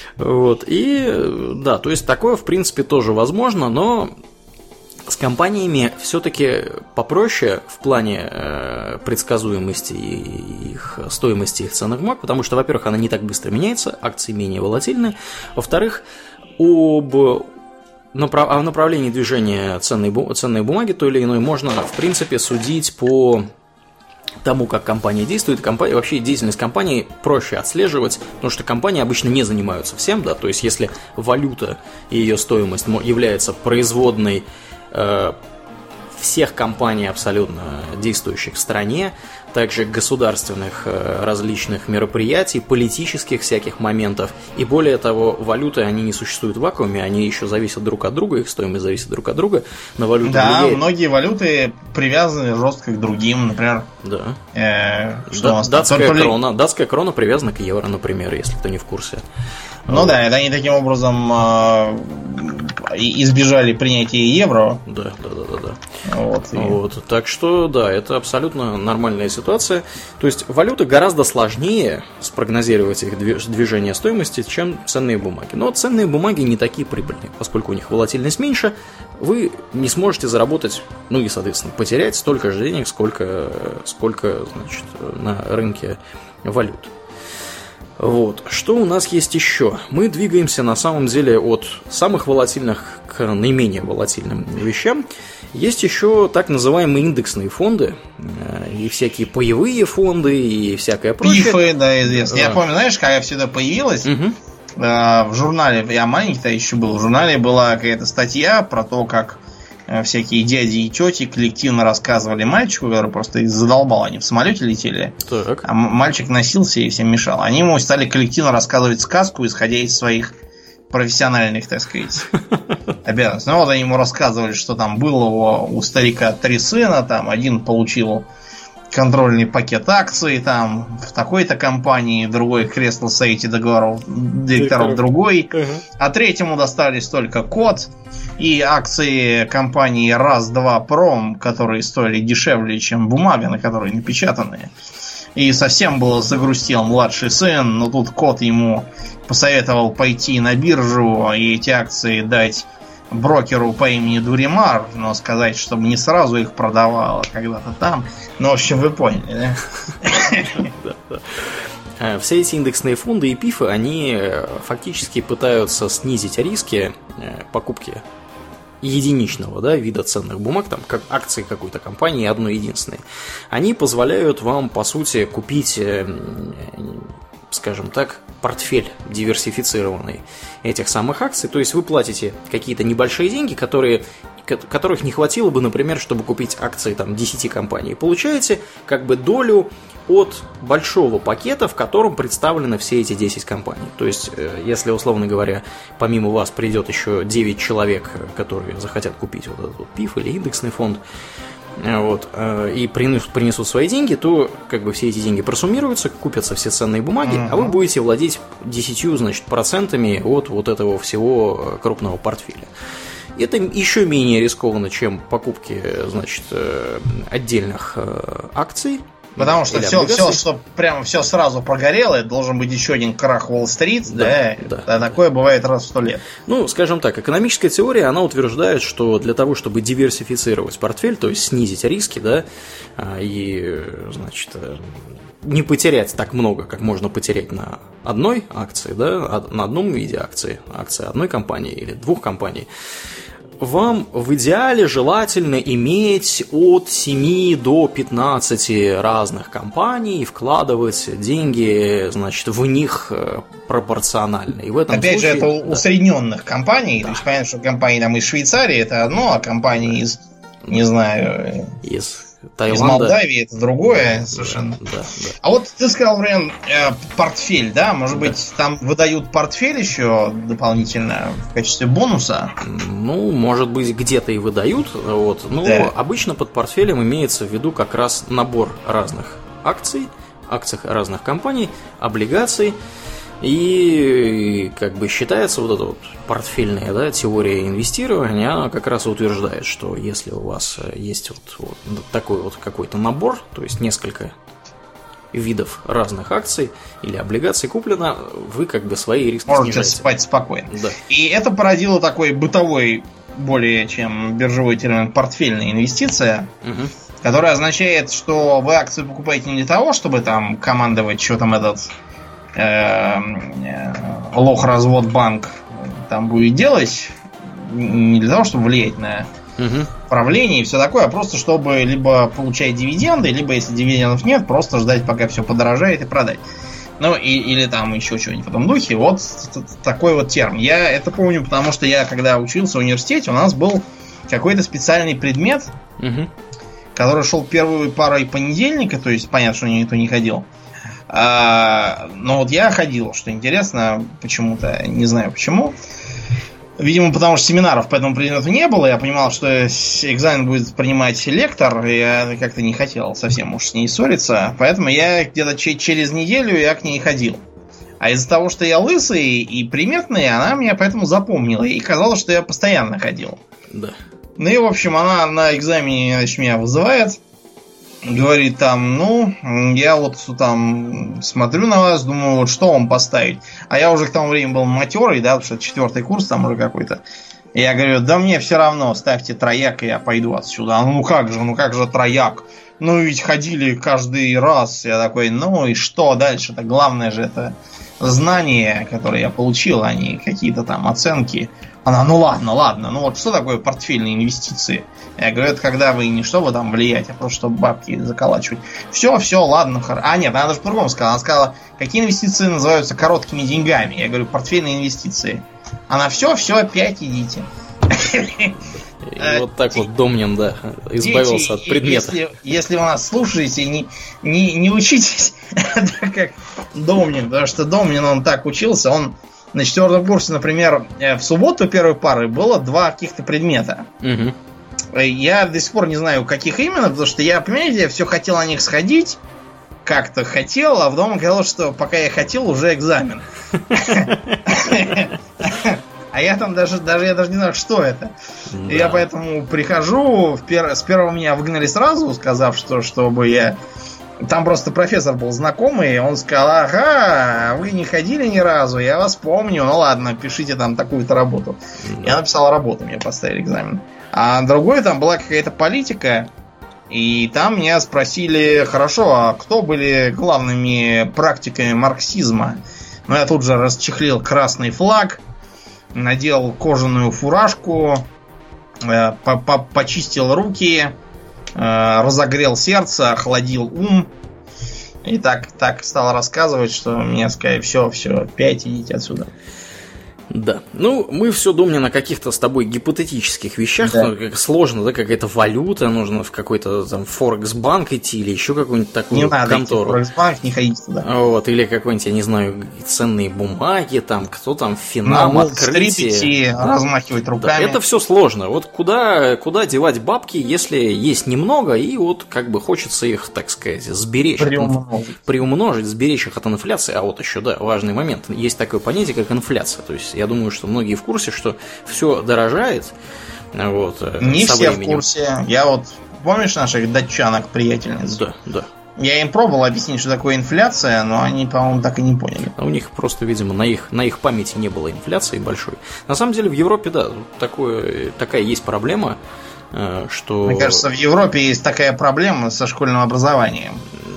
И да, то есть такое, в принципе, тоже возможно, но с компаниями все-таки попроще в плане предсказуемости их стоимости их ценных бумаг, потому что, во-первых, она не так быстро меняется, акции менее волатильны, во-вторых, о направлении движения ценной бумаги той или иной можно, в принципе, судить по тому, как компания действует. Вообще деятельность компании проще отслеживать, потому что компании обычно не занимаются всем, да, то есть если валюта и ее стоимость является производной всех компаний, абсолютно действующих в стране, также государственных различных мероприятий, политических всяких моментов. И более того, валюты, они не существуют в вакууме, они еще зависят друг от друга, их стоимость зависит друг от друга. На валюту влияет...
многие валюты привязаны жестко к другим, например.
Да. Датская крона привязана к евро, например, если кто не в курсе.
Да, это они таким образом избежали принятия евро.
Да.
Вот.
Так что, да, это абсолютно нормальная ситуация. То есть валюты гораздо сложнее спрогнозировать их движение стоимости, чем ценные бумаги. Но ценные бумаги не такие прибыльные, поскольку у них волатильность меньше, вы не сможете заработать, и, соответственно, потерять столько же денег, сколько значит, на рынке валют. Вот. Что у нас есть еще? Мы двигаемся на самом деле от самых волатильных к наименее волатильным вещам. Есть еще так называемые индексные фонды, и всякие паевые фонды, и всякое прочее.
Пифы, да, известно. Я помню, знаешь, когда все это появилось, в журнале, я маленький-то еще был, в журнале была какая-то статья про то, как всякие дяди и тети коллективно рассказывали мальчику, который просто их задолбал. Они в самолете летели, а мальчик носился и всем мешал. Они ему стали коллективно рассказывать сказку, исходя из своих профессиональных, так сказать, обязанностей. Вот они ему рассказывали, что там было у старика 3 сына, там один получил контрольный пакет акций там в такой-то компании, другой кресло в совете договоров директоров другой, а третьему достались только код и акции компании Раз-2 Пром, которые стоили дешевле, чем бумага, на которой напечатаны. И совсем было загрустил младший сын, но тут кот ему посоветовал пойти на биржу и эти акции дать брокеру по имени Дуримар, но сказать, чтобы не сразу их продавал, а когда-то там. Ну, в общем, вы поняли,
да? Все эти индексные фонды и пифы, они фактически пытаются снизить риски покупки единичного, да, вида ценных бумаг, там, как акции какой-то компании одной единственной. Они позволяют вам, по сути, купить, скажем так, портфель диверсифицированный этих самых акций. То есть вы платите какие-то небольшие деньги, которых не хватило бы, например, чтобы купить акции там 10 компаний. Получаете как бы долю от большого пакета, в котором представлены все эти 10 компаний. То есть, если, условно говоря, помимо вас придет еще 9 человек, которые захотят купить вот этот вот ПИФ или индексный фонд, вот, и принесут свои деньги, то как бы все эти деньги просуммируются, купятся все ценные бумаги, а вы будете владеть 10, значит, процентами от вот этого всего крупного портфеля. Это еще менее рискованно, чем покупки, значит, отдельных акций.
Потому что все, что прямо все сразу прогорело, это должен быть еще один крах Уолл-стрит, да. А такое бывает раз в 100 лет.
Ну, скажем так, экономическая теория, она утверждает, что для того, чтобы диверсифицировать портфель, то есть снизить риски, да, и, значит, не потерять так много, как можно потерять на одной акции, да, на одном виде акции одной компании или двух компаний, вам в идеале желательно иметь от 7 до 15 разных компаний и вкладывать деньги, значит, в них пропорционально. И в этом
опять
случае,
же, это усредненных компаний. Да. То есть, понятно, что компании там из Швейцарии это одно, а компании из, не знаю,
из Таиланда.
Из Молдавии это другое совершенно.
Да.
А вот ты сказал, например, портфель, да? Может быть, там выдают портфель еще дополнительно в качестве бонуса?
Ну, может быть, где-то и выдают. Вот. Но обычно под портфелем имеется в виду как раз набор разных акций разных компаний, облигаций. И как бы считается вот эта вот портфельная, да, теория инвестирования, она как раз утверждает, что если у вас есть вот такой вот какой-то набор, то есть несколько видов разных акций или облигаций куплено, вы как бы свои риски
можете
снижаете.
Спать спокойно.
Да.
И это породило такой бытовой, более чем биржевой термин, портфельная инвестиция, которая означает, что вы акции покупаете не для того, чтобы там командовать, что там этот лох-развод-банк там будет делать, не для того, чтобы влиять на правление и все такое, а просто чтобы либо получать дивиденды, либо, если дивидендов нет, просто ждать, пока все подорожает, и продать. Ну, или там еще что-нибудь в этом духе. Вот такой вот термин. Я это помню, потому что я, когда учился в университете, у нас был какой-то специальный предмет, который шел первой парой понедельника, то есть понятно, что никто не ходил. Но вот я ходил, что интересно, почему-то, не знаю почему. Видимо, потому что семинаров по этому предмету не было. Я понимал, что экзамен будет принимать лектор, и я как-то не хотел совсем уж с ней ссориться. Поэтому я где-то через неделю я к ней ходил. А из-за того, что я лысый и приметный, она меня поэтому запомнила. И казалось, что я постоянно ходил.
Да.
Ну и, в общем, она на экзамене, значит, меня вызывает. Говорит там, ну, я вот там смотрю на вас, думаю, вот что вам поставить. А я уже к тому времени был матерый, да, потому что 4-й курс там уже какой-то. И я говорю, да мне все равно, ставьте трояк, и я пойду отсюда. Ну как же трояк? Ну ведь ходили каждый раз. Я такой, ну и что дальше-то? Главное же это знания, которые я получил, а не какие-то там оценки. Она, ну ладно, ну вот что такое портфельные инвестиции? Я говорю, это когда вы не чтобы там влиять, а просто чтобы бабки заколачивать. Все, ладно, хорошо. А нет, она даже по-другому сказала. Она сказала, какие инвестиции называются короткими деньгами? Я говорю, портфельные инвестиции. Она, все, опять идите.
И вот так вот Домнин, да, избавился от предмета.
Если вы нас слушаете, не учитесь как Домнин, потому что Домнин, он так учился, он на 4-м курсе, например, в субботу первой пары было 2 каких-то предмета. Я до сих пор не знаю, каких именно, потому что я, понимаете, я все хотел на них сходить, как-то хотел, а потом оказалось, что пока я хотел, уже экзамен. А я там даже не знаю, что это. Да. Я поэтому прихожу, с первого меня выгнали сразу, сказав, что чтобы я... Там просто профессор был знакомый, он сказал, ага, вы не ходили ни разу, я вас помню, ну ладно, пишите там такую-то работу. Да. Я написал работу, мне поставили экзамен. А другой там была какая-то политика, и там меня спросили, хорошо, а кто были главными практиками марксизма? Ну, я тут же расчехлил красный флаг, надел кожаную фуражку, почистил руки, разогрел сердце, охладил ум. И так стал рассказывать, что мне сказали, все, опять идите отсюда.
Да. Ну, мы все думали на каких-то с тобой гипотетических вещах. Да. Как сложно, да, какая-то валюта, нужно в какой-то там Форекс-банк идти или еще какую-нибудь такую контору. Не надо идти в
Форекс-банк, не ходите туда.
Вот, или какой-нибудь, я не знаю, ценные бумаги, там, кто там, Финам, открытие.
Идти, да. Размахивать руками.
Да, это все сложно. Вот куда девать бабки, если есть немного, и вот как бы хочется их, так сказать, сберечь. Приумножить, сберечь их от инфляции. А вот еще, да, важный момент. Есть такое понятие, как инфляция. То есть я думаю, что многие в курсе, что все дорожает. Вот,
не все временем. В курсе. Я вот, помнишь наших датчанок-приятельниц?
Да.
Я им пробовал объяснить, что такое инфляция, но они, по-моему, так и не поняли.
А у них просто, видимо, на их памяти не было инфляции большой. На самом деле в Европе, да, такая есть проблема, что...
Мне кажется, в Европе есть такая проблема со школьным образованием.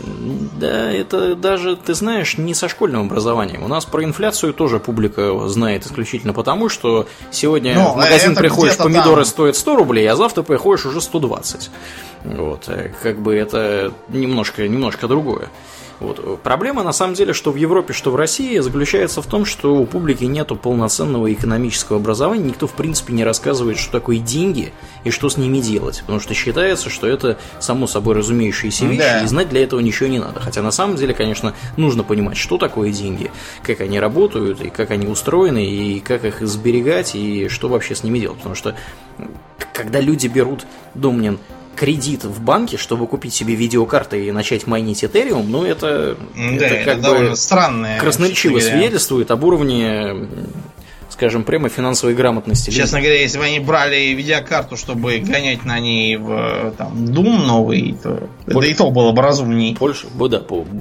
Да, это даже, ты знаешь, не со школьным образованием. У нас про инфляцию тоже публика знает исключительно потому, что сегодня в магазин приходишь, помидоры стоят 100 рублей, а завтра приходишь уже 120. Вот, как бы это немножко другое. Вот. Проблема, на самом деле, что в Европе, что в России, заключается в том, что у публики нету полноценного экономического образования, никто, в принципе, не рассказывает, что такое деньги и что с ними делать, потому что считается, что это само собой разумеющиеся вещи, да. И знать для этого ничего не надо. Хотя, на самом деле, конечно, нужно понимать, что такое деньги, как они работают, и как они устроены, и как их сберегать, и что вообще с ними делать, потому что, когда люди берут, Домнин, кредит в банке, чтобы купить себе видеокарты и начать майнить Ethereum, ну это как бы
странное,
красноречиво свидетельствует об уровне, скажем, прямо финансовой грамотности.
Честно говоря, если бы они брали видеокарту, чтобы гонять на ней в Doom новый, то да и то было бы разумней.
Пользы было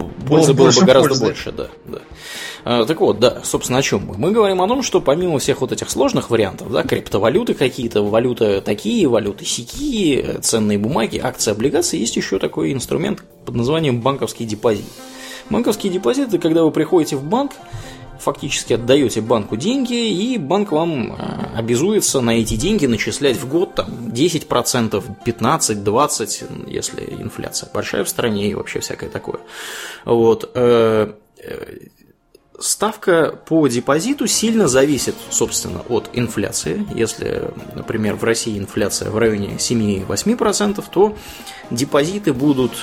бы гораздо больше, да. Так вот, да, собственно, о чем мы? Мы говорим о том, что помимо всех вот этих сложных вариантов, да, криптовалюты какие-то, валюты такие, валюты сякие, ценные бумаги, акции, облигации, есть еще такой инструмент под названием банковский депозит. Банковский депозит – это когда вы приходите в банк, фактически отдаете банку деньги, и банк вам обязуется на эти деньги начислять в год там, 10%, 15%, 20%, если инфляция большая в стране и вообще всякое такое. Вот. ставка по депозиту сильно зависит, собственно, от инфляции. Если, например, в России инфляция в районе 7-8%, то депозиты будут...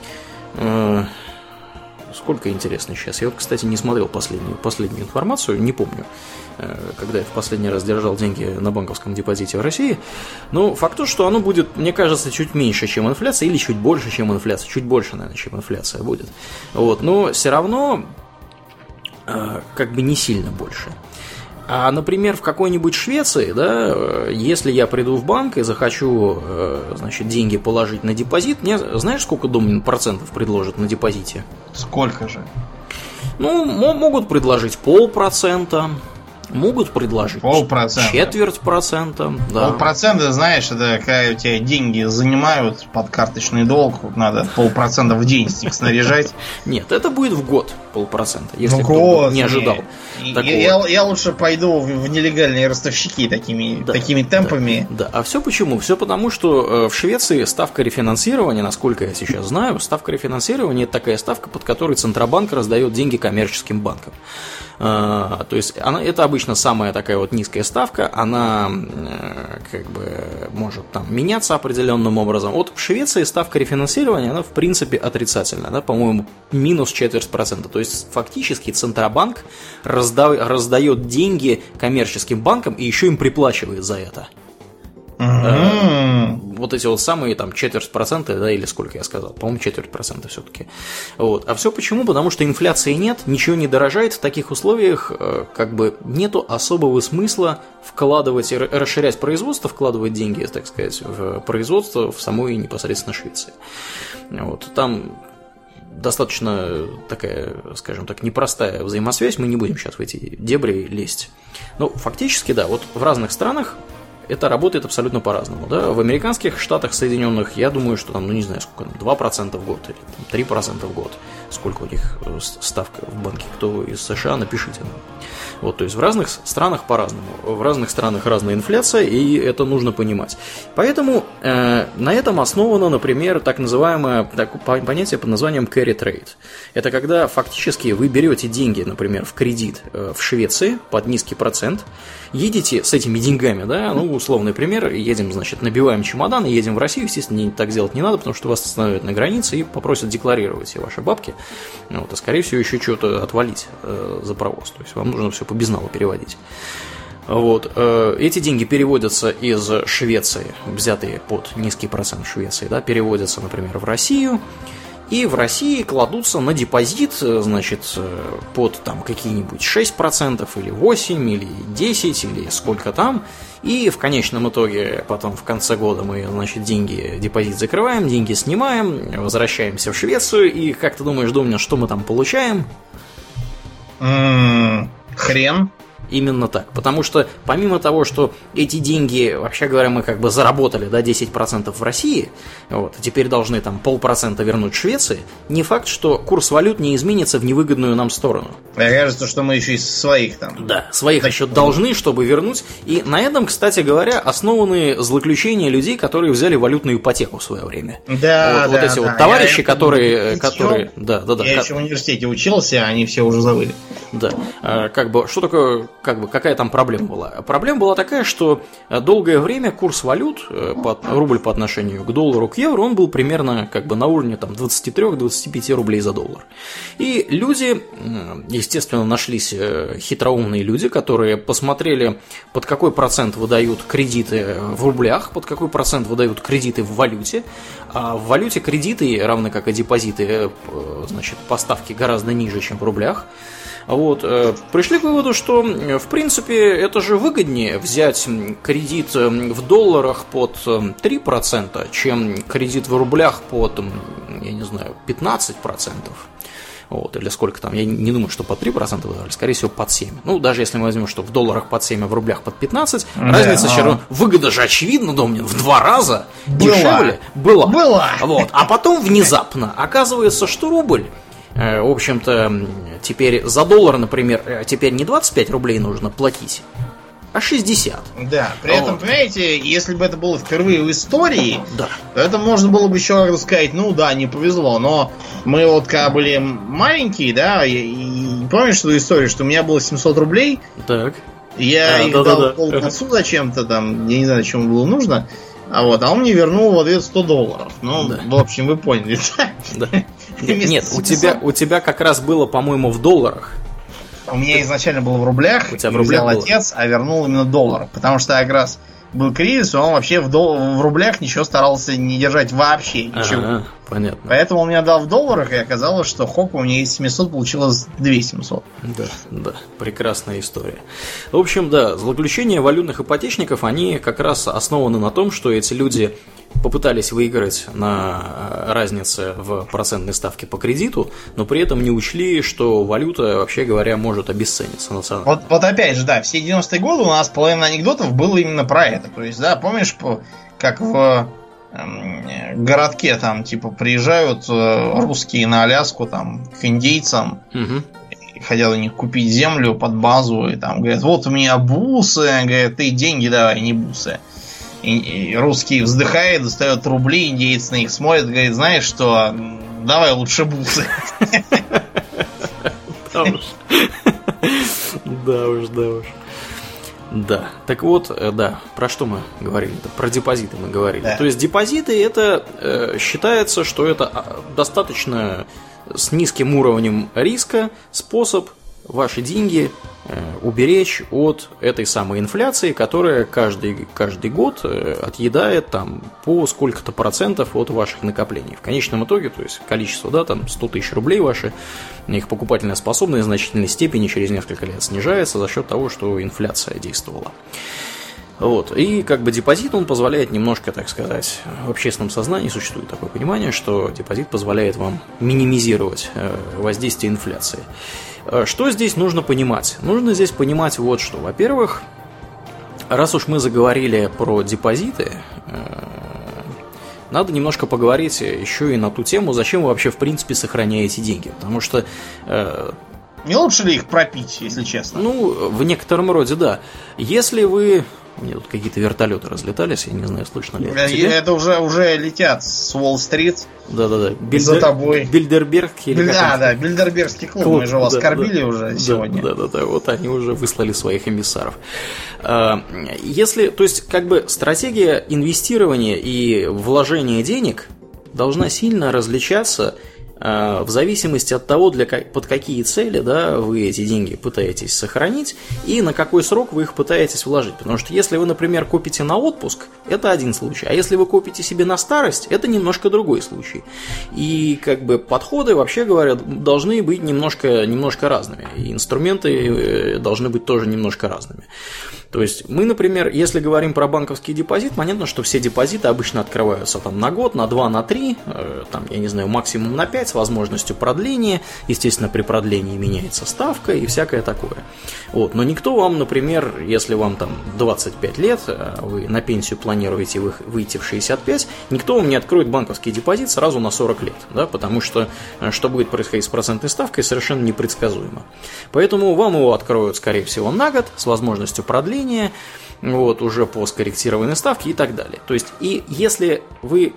Сколько, интересно, сейчас? Я вот, кстати, не смотрел последнюю информацию, не помню, когда я в последний раз держал деньги на банковском депозите в России. Но факт то, что оно будет, мне кажется, чуть меньше, чем инфляция, или чуть больше, чем инфляция. Чуть больше, наверное, чем инфляция будет. Вот. Но все равно как бы не сильно больше. А, например, в какой-нибудь Швеции, да, если я приду в банк и захочу, значит, деньги положить на депозит, мне знаешь, сколько Домнин процентов предложат на депозите?
Сколько же?
Ну, могут предложить 0,5%, могут предложить 0,25%. Да.
0,5%, знаешь, это когда у тебя деньги занимают под карточный долг, вот надо 0,5% в день с них снаряжать.
Нет, это будет в год 0,5%, если кто не ожидал.
Я лучше пойду в нелегальные ростовщики такими темпами.
Да. А все почему? Все потому, что в Швеции ставка рефинансирования, насколько я сейчас знаю, ставка рефинансирования – это такая ставка, под которой Центробанк раздает деньги коммерческим банкам. То есть это обычно самая такая вот низкая ставка, она как бы может там меняться определенным образом. Вот в Швеции ставка рефинансирования, она в принципе отрицательная, да, по-моему, минус 0,25%. То есть фактически Центробанк раздает деньги коммерческим банкам и еще им приплачивает за это. Вот эти вот самые там 0,25%, да, или сколько я сказал, по-моему, 0,25% все-таки. Вот. А все почему? Потому что инфляции нет, ничего не дорожает, в таких условиях как бы нету особого смысла вкладывать, расширять производство, вкладывать деньги, так сказать, в производство в самой непосредственно Швеции. Вот. Там достаточно такая, скажем так, непростая взаимосвязь, мы не будем сейчас в эти дебри лезть. Но фактически, да, вот в разных странах это работает абсолютно по-разному. Да? В американских штатах Соединенных, я думаю, что там, ну не знаю, сколько, 2% в год или там, 3% в год. Сколько у них ставка в банке, кто из США, напишите нам. Вот, то есть в разных странах по-разному. В разных странах разная инфляция, и это нужно понимать. Поэтому на этом основано, например, так называемое понятие под названием carry trade. Это когда фактически вы берете деньги, например, в кредит в Швеции под низкий процент, едете с этими деньгами, да, ну, условный пример, едем, значит, набиваем чемодан и едем в Россию, естественно, так делать не надо, потому что вас остановят на границе и попросят декларировать все ваши бабки, вот, а скорее всего еще что-то отвалить за провоз, то есть вам нужно все по безналу переводить. Вот, эти деньги переводятся из Швеции, взятые под низкий процент Швеции, да, переводятся, например, в Россию. И в России кладутся на депозит, значит, под там какие-нибудь 6%, или 8%, или 10%, или сколько там. И в конечном итоге, потом в конце года мы, значит, депозит закрываем, деньги снимаем, возвращаемся в Швецию. И как ты думаешь, Домнин, что мы там получаем?
Хрен.
Именно так, потому что помимо того, что эти деньги, вообще говоря, мы как бы заработали, да, 10% в России, вот, и теперь должны там 0,5% вернуть Швеции, не факт, что курс валют не изменится в невыгодную нам сторону.
Мне кажется, что мы еще из своих там.
Да, своих еще должны, чтобы вернуть. И на этом, кстати говоря, основаны злоключения людей, которые взяли валютную ипотеку в свое время.
Да,
вот,
да,
вот эти вот товарищи, которые...
Да. Я еще в университете учился, они все уже забыли.
Да, как бы, что такое, как бы, какая там проблема была? Проблема была такая, что долгое время курс валют, рубль по отношению к доллару, к евро, он был примерно как бы на уровне там 23-25 рублей за доллар. И люди, естественно, нашлись хитроумные люди, которые посмотрели, под какой процент выдают кредиты в рублях, под какой процент выдают кредиты в валюте. А в валюте кредиты, равно как и депозиты, значит, поставки гораздо ниже, чем в рублях. Вот, пришли к выводу, что, в принципе, это же выгоднее взять кредит в долларах под 3%, чем кредит в рублях под, я не знаю, 15%. Вот, или сколько там, я не думаю, что под 3% выдавали, скорее всего, под 7%. Ну, даже если мы возьмем, что в долларах под 7%, а в рублях под 15%, разница все равно, выгода же очевидна, Домнин, в 2 раза дешевле. Была. Вот, а потом внезапно оказывается, что рубль, в общем-то, теперь за доллар, например, теперь не 25 рублей нужно платить, а 60.
Да, при этом, понимаете, если бы это было впервые в истории,
да,
то это можно было бы еще как-то сказать, ну да, не повезло, но мы вот когда были маленькие, да, и помнишь эту историю, что у меня было 700 рублей,
так.
Я их дал отцу зачем-то там, я не знаю, зачем было нужно, а он мне вернул в ответ $100. Ну, в общем, вы поняли.
Да. Нет, у тебя как раз было, по-моему, в долларах.
У меня изначально было в рублях, взял отец, а вернул именно доллар. Потому что как раз был кризис, он вообще в рублях ничего старался не держать вообще, ничего.
Понятно.
Поэтому он меня дал в долларах, и оказалось, что хоп, у меня из 700 получилось 2700.
Да, прекрасная история. В общем, да, злоключения валютных ипотечников, они как раз основаны на том, что эти люди попытались выиграть на разнице в процентной ставке по кредиту, но при этом не учли, что валюта, вообще говоря, может обесцениться национально.
Вот опять же, да, все 90-е годы у нас половина анекдотов было именно про это. То есть, да, помнишь, как в городке там, типа, приезжают русские на Аляску там к индейцам, и хотят у них купить землю под базу, и там говорят, вот у меня бусы, говорят, ты деньги давай, не бусы. И русский вздыхает, достает рубли, индеец на них смотрит, говорит, знаешь что, давай лучше бусы.
Да уж. Да, так вот, да, про что мы говорили? Про депозиты мы говорили. Да. То есть депозиты, это считается, что это достаточно с низким уровнем риска способ ваши деньги уберечь от этой самой инфляции, которая каждый год отъедает там по сколько-то процентов от ваших накоплений. В конечном итоге, то есть количество, да, там 100 тысяч рублей ваши, их покупательная способность в значительной степени через несколько лет снижается за счет того, что инфляция действовала. Вот. И как бы депозит, он позволяет немножко, так сказать, в общественном сознании существует такое понимание, что депозит позволяет вам минимизировать воздействие инфляции. Что здесь нужно понимать? Нужно здесь понимать вот что. Во-первых, раз уж мы заговорили про депозиты, надо немножко поговорить еще и на ту тему, зачем вы вообще в принципе сохраняете деньги. Потому что...
Не лучше ли их пропить, если честно?
Ну, в некотором роде, да. Если вы... У меня тут какие-то вертолеты разлетались, я не знаю, слышно ли это тебе.
Это уже летят с Уолл-стрит.
Да-да-да.
За тобой.
Бильдерберг.
Да, Бильдербергский клуб. Мы же его оскорбили уже сегодня.
Да. Вот они уже выслали своих эмиссаров. Если, то есть, как бы стратегия инвестирования и вложения денег должна сильно различаться в зависимости от того, под какие цели, да, вы эти деньги пытаетесь сохранить и на какой срок вы их пытаетесь вложить. Потому что если вы, например, копите на отпуск, это один случай, а если вы копите себе на старость, это немножко другой случай. И как бы подходы, вообще говоря, должны быть немножко разными, и инструменты должны быть тоже немножко разными. То есть мы, например, если говорим про банковский депозит, понятно, что все депозиты обычно открываются там на год, на 2, на 3, там, я не знаю, максимум на 5 с возможностью продления. Естественно, при продлении меняется ставка и всякое такое. Вот. Но никто вам, например, если вам там 25 лет, вы на пенсию планируете выйти в 65, никто вам не откроет банковский депозит сразу на 40 лет, да, потому что будет происходить с процентной ставкой, совершенно непредсказуемо. Поэтому вам его откроют, скорее всего, на год с возможностью продления, вот, уже по скорректированной ставке и так далее. То есть, и если вы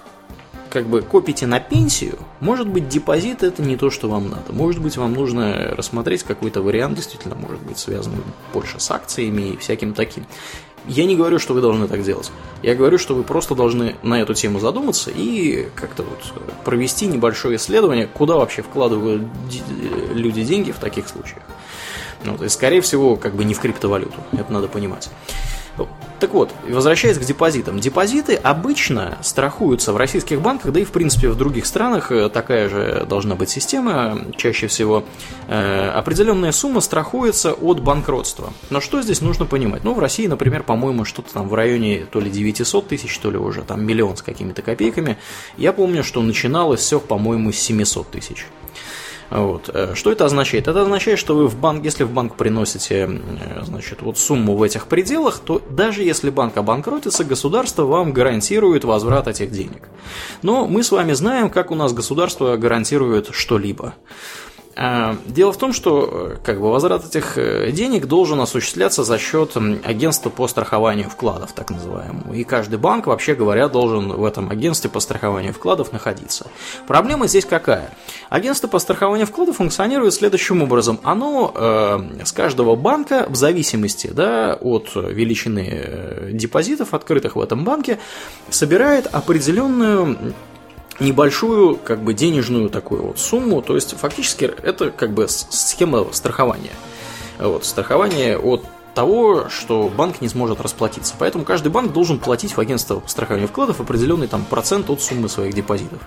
как бы копите на пенсию, может быть, депозит это не то, что вам надо. Может быть, вам нужно рассмотреть какой-то вариант, действительно, может быть, связанный больше с акциями и всяким таким. Я не говорю, что вы должны так делать. Я говорю, что вы просто должны на эту тему задуматься и как-то вот провести небольшое исследование, куда вообще вкладывают люди деньги в таких случаях. Вот, и, скорее всего, как бы не в криптовалюту. Это надо понимать. Так вот, возвращаясь к депозитам. Депозиты обычно страхуются в российских банках, да и в принципе в других странах такая же должна быть система. Чаще всего определенная сумма страхуется от банкротства. Но что здесь нужно понимать? Ну, в России, например, по-моему, что-то там в районе то ли 900 тысяч, то ли уже там миллион с какими-то копейками. Я помню, что начиналось все, по-моему, с 700 тысяч. Вот. Что это означает? Это означает, что вы в банк, если в банк приносите, значит, вот сумму в этих пределах, то даже если банк обанкротится, государство вам гарантирует возврат этих денег. Но мы с вами знаем, как у нас государство гарантирует что-либо. Дело в том, что как бы возврат этих денег должен осуществляться за счет агентства по страхованию вкладов, так называемого. И каждый банк, вообще говоря, должен в этом агентстве по страхованию вкладов находиться. Проблема здесь какая? Агентство по страхованию вкладов функционирует следующим образом. Оно с каждого банка, в зависимости, да, от величины депозитов, открытых в этом банке, собирает определенную небольшую, как бы, денежную такую вот сумму. То есть фактически это как бы схема страхования. Вот, страхование от того, что банк не сможет расплатиться. Поэтому каждый банк должен платить в агентство по страхованию вкладов определенный там процент от суммы своих депозитов.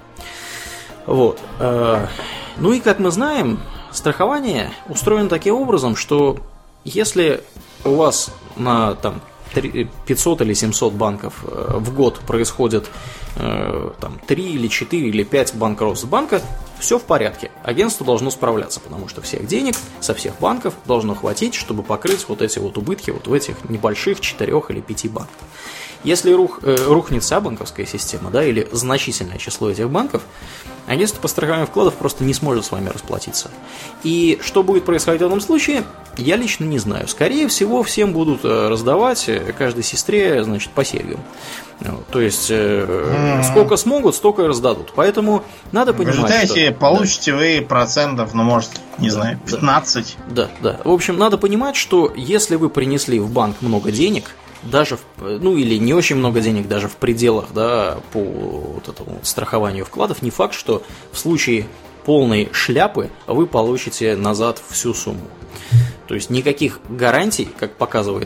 Вот. Ну и как мы знаем, страхование устроено таким образом, что если у вас на там 500 или 700 банков в год происходит там 3 или 4 или 5 банкротств банка, все в порядке. Агентство должно справляться, потому что всех денег со всех банков должно хватить, чтобы покрыть вот эти вот убытки вот в этих небольших 4 или 5 банках. Если рухнет вся банковская система, да, или значительное число этих банков, агентство по страхованию вкладов просто не сможет с вами расплатиться. И что будет происходить в этом случае, я лично не знаю. Скорее всего, всем будут раздавать, каждой сестре, значит, по серьгам. То есть, сколько смогут, столько и раздадут. Поэтому надо понимать,
в результате
что...
получите вы процентов, ну, может, не знаю, 15.
Да. В общем, надо понимать, что если вы принесли в банк много денег, даже, ну или не очень много денег, даже в пределах, да, по вот этому страхованию вкладов, не факт, что в случае полной шляпы вы получите назад всю сумму. То есть никаких гарантий, как показывает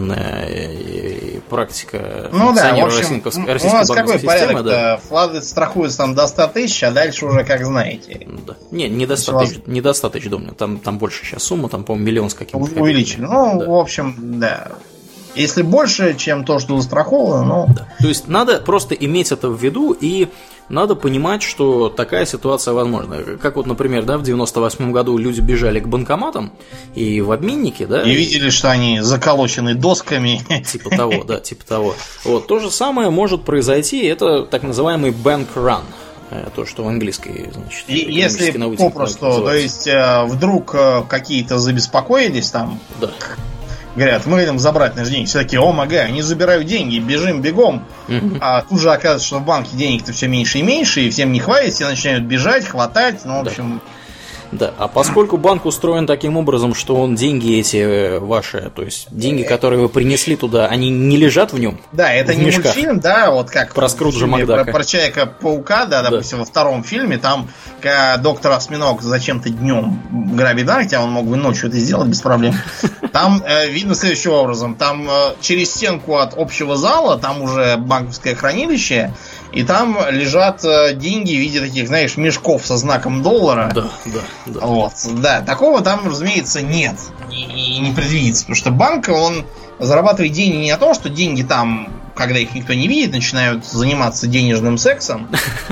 современная практика функционирования российской банковской системы.
У нас какой порядок? Да. Вклады страхуются там до 100 тысяч, а дальше уже как знаете.
Да. Не до 100 тысяч, не до 100 тысяч, думаю. Там больше сейчас сумма, там, по-моему, миллион с каким-то.
Увеличили. Ну, да. В общем, да. Если больше, чем то, что застраховано, ну...
Да. То есть надо просто иметь это в виду, и надо понимать, что такая ситуация возможна. Как вот, например, да, в 98 году люди бежали к банкоматам и в обменники, да...
И видели, что они заколочены досками.
Типа того, да, типа того. Вот, то же самое может произойти, это так называемый bank run. То, что в английской, значит,
если попросту, то есть вдруг какие-то забеспокоились там...
Да.
Говорят, мы хотим забрать наши деньги. Все такие, о мага, они забирают деньги, бежим бегом. А тут же оказывается, что в банке денег-то все меньше и меньше, и всем не хватит, все начинают бежать, хватать, ну, в общем...
Да, а поскольку банк устроен таким образом, что он деньги эти ваши, то есть деньги, которые вы принесли туда, они не лежат в нем.
Да, это не мультфильм, да, вот как
про Скруджа Макдака.
Про Человека-паука, да, допустим, во втором фильме, там, когда доктор Осьминог зачем-то днем грабит банк, хотя он мог бы ночью это сделать без проблем. Там видно следующим образом. Там через стенку от общего зала, там уже банковское хранилище, и там лежат деньги в виде таких, знаешь, мешков со знаком доллара.
Да.
Вот, да, такого там, разумеется, нет. И не предвидится. Потому что банк, он зарабатывает деньги не на том, что деньги там, когда их никто не видит, начинают заниматься денежным сексом.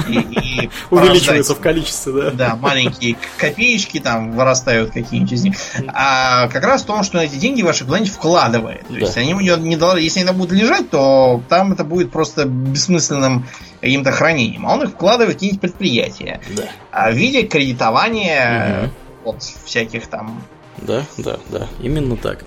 И
увеличиваются в количестве, да?
Да, маленькие копеечки там вырастают какие-нибудь из них. А как раз в том, что эти деньги ваши куда-нибудь вкладывает. То есть они не должны, если они там будут лежать, то там это будет просто бессмысленным каким-то хранением. А он их вкладывает в какие-нибудь предприятия. Да. В виде кредитования от всяких там...
Да, именно так.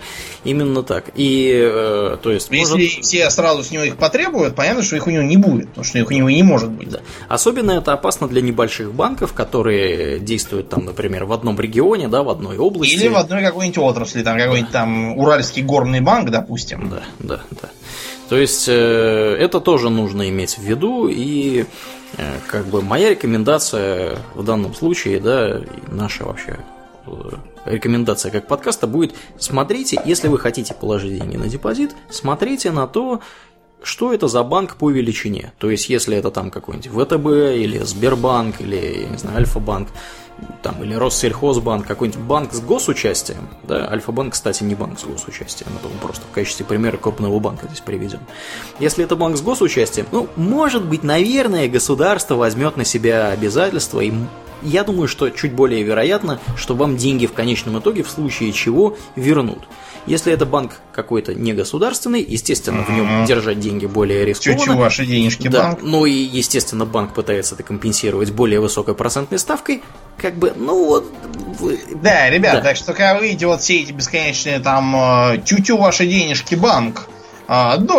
И, то есть...
Если все сразу с него их потребуют, понятно, что их у него не будет, потому что их у него и не может быть.
Да. Особенно это опасно для небольших банков, которые действуют там, например, в одном регионе, да, в одной области.
Или в одной какой-нибудь отрасли, там какой-нибудь там Уральский горный банк, допустим.
Да. То есть это тоже нужно иметь в виду, и как бы моя рекомендация в данном случае, да, и наша вообще рекомендация как подкаста будет: смотрите, если вы хотите положить деньги на депозит, смотрите на то, что это за банк по величине. То есть, если это там какой-нибудь ВТБ или Сбербанк или, я не знаю, Альфа-банк, там, или Россельхозбанк, какой-нибудь банк с госучастием, да, Альфа-банк, кстати, не банк с госучастием, это мы просто в качестве примера крупного банка здесь приведем. Если это банк с госучастием, ну, может быть, наверное, государство возьмет на себя обязательства и я думаю, что чуть более вероятно, что вам деньги в конечном итоге в случае чего вернут. Если это банк какой-то негосударственный, естественно, в нем держать деньги более рискованно.
Чуть-чуть ваши денежки,
да,
банк.
Ну и, естественно, банк пытается это компенсировать более высокой процентной ставкой. Как бы, ну вот...
Да, ребят,
да.
Так что, когда вы видите вот все эти бесконечные там тю-тю ваши денежки, банк, до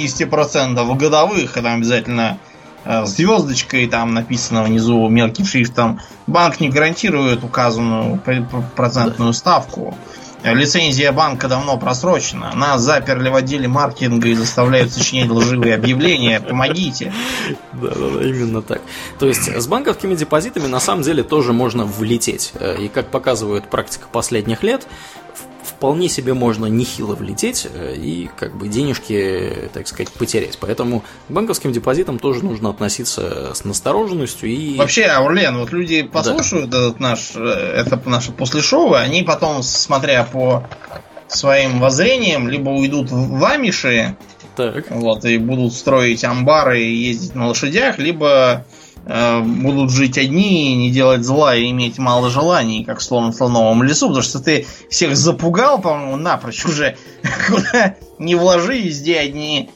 70% годовых, и там обязательно звездочкой там написано внизу мелким шрифтом, банк не гарантирует указанную процентную ставку. Лицензия банка давно просрочена. Нас заперли в отделе маркетинга и заставляют сочинять лживые объявления. Помогите.
Да, именно так. То есть с банковскими депозитами на самом деле тоже можно влететь. И как показывает практика последних лет, вполне себе можно нехило влететь и как бы денежки, так сказать, потерять. Поэтому к банковским депозитам тоже нужно относиться с настороженностью. И...
Вообще, Аурлен, вот люди послушают это наше послешоу, они потом, смотря по своим воззрениям, либо уйдут в амиши, вот, и будут строить амбары и ездить на лошадях, либо будут жить одни, не делать зла и иметь мало желаний, как слон в слоновом лесу, потому что ты всех запугал, по-моему, напрочь уже. Куда не вложи, везде одни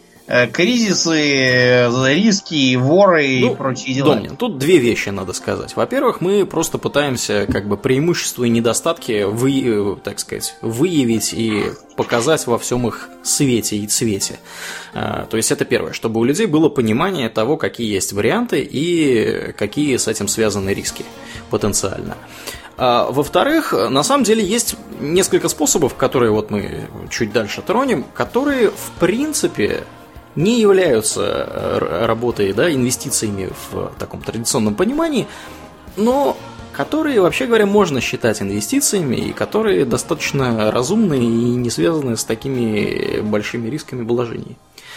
кризисы, риски, воры и прочие дела.
Домнин, тут две вещи надо сказать. Во-первых, мы просто пытаемся как бы преимущества и недостатки так сказать, выявить и показать во всем их свете и цвете. То есть это первое, чтобы у людей было понимание того, какие есть варианты и какие с этим связаны риски потенциально. Во-вторых, на самом деле есть несколько способов, которые вот мы чуть дальше тронем, которые в принципе не являются работой, да, инвестициями в таком традиционном понимании, но которые, вообще говоря, можно считать инвестициями и которые достаточно разумны и не связаны с такими большими рисками вложений.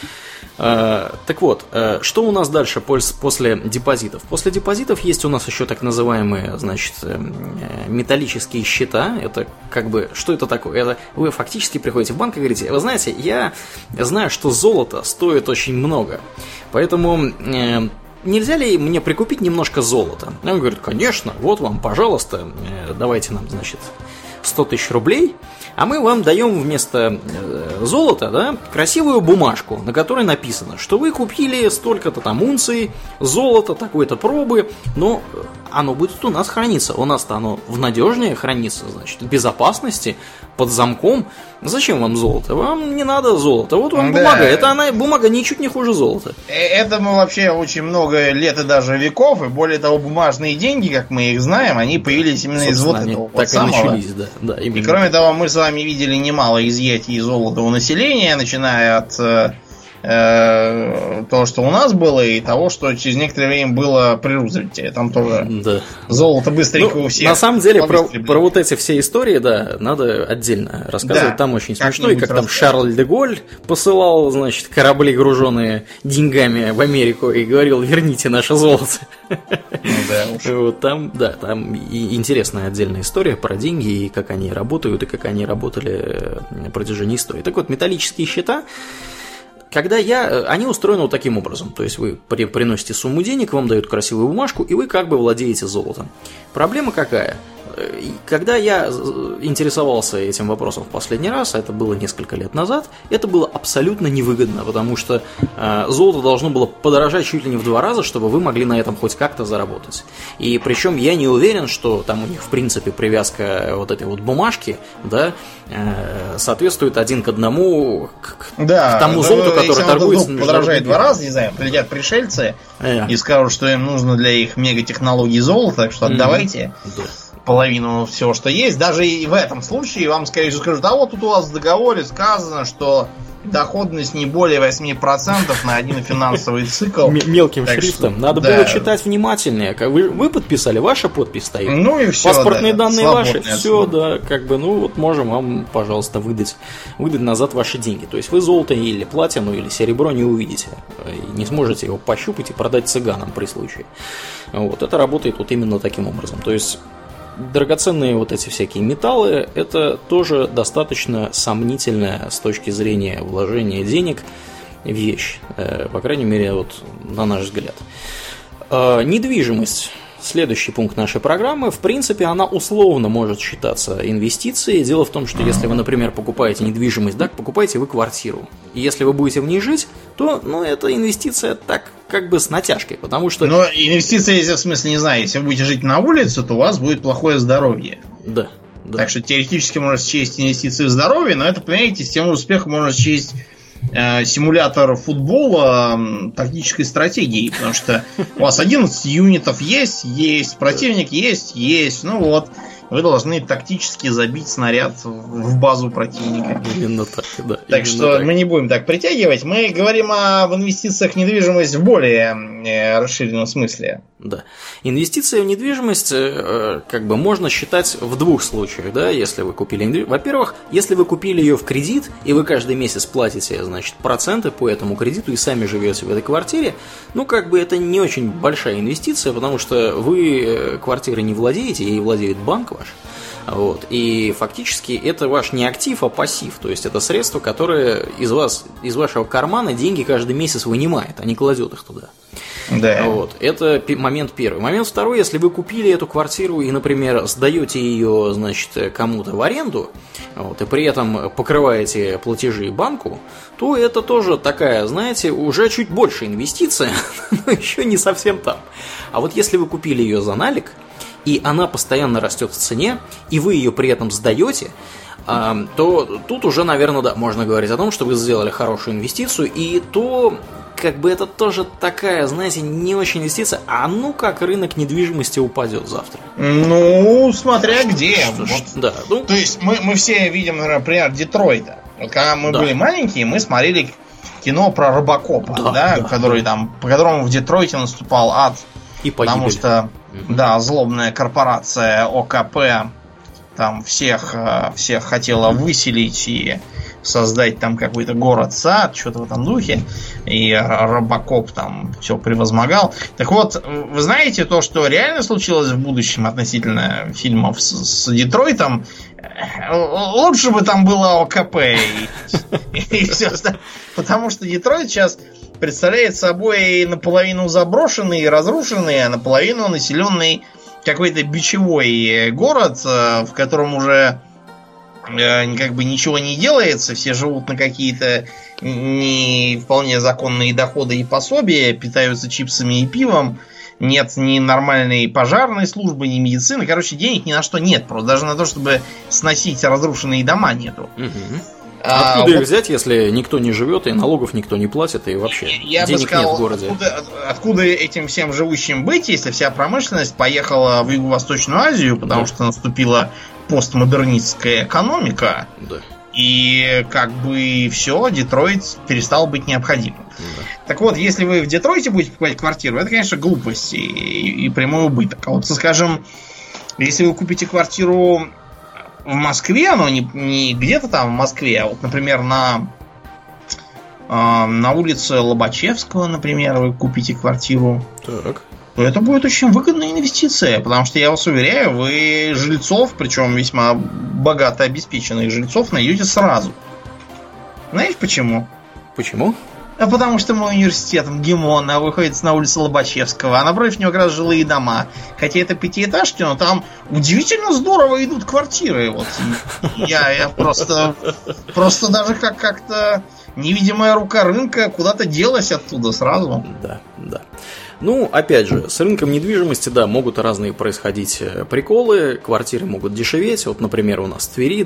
Так вот, что у нас дальше после депозитов? После депозитов есть у нас еще так называемые, значит, металлические счета. Это как бы, что это такое? Это вы фактически приходите в банк и говорите: вы знаете, я знаю, что золото стоит очень много, поэтому нельзя ли мне прикупить немножко золота? Он говорит: конечно, вот вам, пожалуйста, давайте нам, значит, 100 тысяч рублей, а мы вам даем вместо золота, да, красивую бумажку, на которой написано, что вы купили столько-то там унций золота, такой-то пробы, но оно будет у нас храниться. У нас-то оно в надежнее хранится, значит, в безопасности, под замком. Зачем вам золото? Вам не надо золота. Вот вам бумага. Это бумага ничуть не хуже золота.
Этому вообще очень много лет и даже веков. И более того, бумажные деньги, как мы их знаем, они появились именно из вот этого
так вот и начались, да, именно.
И кроме того, мы с вами видели немало изъятий золота у населения, начиная от того, что у нас было, и того, что через некоторое время было при Рузвельте. Там тоже золото быстренько у всех.
На самом деле, про вот эти все истории, да, надо отдельно рассказывать. Да, там очень смешно, и как там Шарль де Голль посылал, значит, корабли, груженные деньгами в Америку, и говорил: верните наше золото. Вот там, да, там и интересная отдельная история про деньги, и как они работают, и как они работали на протяжении истории. Так вот, металлические счета, они устроены вот таким образом. То есть вы приносите сумму денег, вам дают красивую бумажку, и вы как бы владеете золотом. Проблема какая? Когда я интересовался этим вопросом в последний раз, а это было несколько лет назад, это было абсолютно невыгодно, потому что золото должно было подорожать чуть ли не в 2 раза, чтобы вы могли на этом хоть как-то заработать. И причем я не уверен, что там у них в принципе привязка вот этой вот бумажки, да, соответствует 1 к 1 к тому золоту, которое торгуется.
Если подорожает 2 раза, не знаю, прилетят пришельцы и скажут, что им нужно для их мегатехнологий золото, так что отдавайте. Половину всего, что есть. Даже и в этом случае вам, скорее всего, скажут: а вот тут у вас в договоре сказано, что доходность не более 8% на один финансовый цикл.
Мелким шрифтом. Надо было читать внимательнее. Вы подписали, ваша подпись стоит.
Ну и все.
Паспортные данные ваши. Все, да, как бы, ну вот можем вам, пожалуйста, выдать назад ваши деньги. То есть вы золото или платину, или серебро не увидите. И не сможете его пощупать и продать цыганам при случае. Вот, это работает вот именно таким образом. То есть драгоценные вот эти всякие металлы – это тоже достаточно сомнительная с точки зрения вложения денег вещь, по крайней мере, вот на наш взгляд. Недвижимость Следующий пункт нашей программы, в принципе, она условно может считаться инвестицией. Дело в том, что если вы, например, покупаете недвижимость, да, покупаете вы квартиру, и если вы будете в ней жить, то, это инвестиция так, как бы с натяжкой, потому что...
Но инвестиция, в смысле, не знаю, если вы будете жить на улице, то у вас будет плохое здоровье.
Да.
Так что теоретически можно счесть инвестиции в здоровье, но это, понимаете, с тем успехом можно счесть симулятор футбола тактической стратегии, потому что у вас 11 юнитов есть, противник есть, вы должны тактически забить снаряд в базу противника.
Именно так, да.
Так что мы не будем так притягивать. Мы говорим об инвестициях в недвижимость в более расширенном смысле.
Да. Инвестиции в недвижимость можно считать в двух случаях, да, если вы купили недвижимость. Во-первых, если вы купили ее в кредит, и вы каждый месяц платите, проценты по этому кредиту и сами живете в этой квартире, это не очень большая инвестиция, потому что вы квартирой не владеете, ей владеет банк ваш. И фактически это ваш не актив, а пассив. То есть это средство, которое из вашего кармана деньги каждый месяц вынимает, а не кладет их туда.
Да.
Это момент первый. Момент второй, если вы купили эту квартиру и, например, сдаете ее, кому-то в аренду, и при этом покрываете платежи банку, то это тоже такая, уже чуть больше инвестиция, но еще не совсем там. А если вы купили ее за налик, и она постоянно растет в цене, и вы ее при этом сдаете, то тут уже, наверное, да, можно говорить о том, что вы сделали хорошую инвестицию, и то, это тоже такая, не очень инвестиция, как рынок недвижимости упадет завтра.
Смотря где.
Да,
то есть мы все видим, например, Детройта. Когда мы были маленькие, мы смотрели кино про Робокопа, по которому в Детройте наступал ад.
И погибель.
Потому что, злобная корпорация ОКП там всех хотела выселить и создать там какой-то город-сад, что-то в этом духе. И Робокоп там все превозмогал. Так вот, вы знаете то, что реально случилось в будущем относительно фильмов с Детройтом? Лучше бы там было ОКП и все остальное. Потому что Детройт сейчас представляет собой наполовину заброшенный и разрушенный, а наполовину населенный какой-то бичевой город, в котором уже ничего не делается, все живут на какие-то не вполне законные доходы и пособия, питаются чипсами и пивом, нет ни нормальной пожарной службы, ни медицины, денег ни на что нет, просто даже на то, чтобы сносить разрушенные дома нету.
Откуда их взять, если никто не живет, и налогов никто не платит, и вообще
я
денег
бы сказал,
нет в городе?
Откуда этим всем живущим быть, если вся промышленность поехала в Юго-Восточную Азию, потому что наступила постмодернистская экономика, и все, Детройт перестал быть необходимым. Так вот, если вы в Детройте будете покупать квартиру, это, конечно, глупость и прямой убыток. А скажем, если вы купите квартиру в Москве, но не где-то там в Москве, а например, на улице Лобачевского, например, вы купите квартиру, то это будет очень выгодная инвестиция, потому что, я вас уверяю, вы жильцов, причем весьма богато обеспеченных жильцов, найдете сразу. Знаешь почему?
Почему?
А потому что мой университет МГИМО выходит на улицу Лобачевского, а напротив него как раз жилые дома. Хотя это пятиэтажки, но там удивительно здорово идут квартиры. Я просто даже как-то невидимая рука рынка куда-то делась оттуда сразу.
Да. Опять же, с рынком недвижимости, могут разные происходить приколы, квартиры могут дешеветь. Например, у нас в Твери,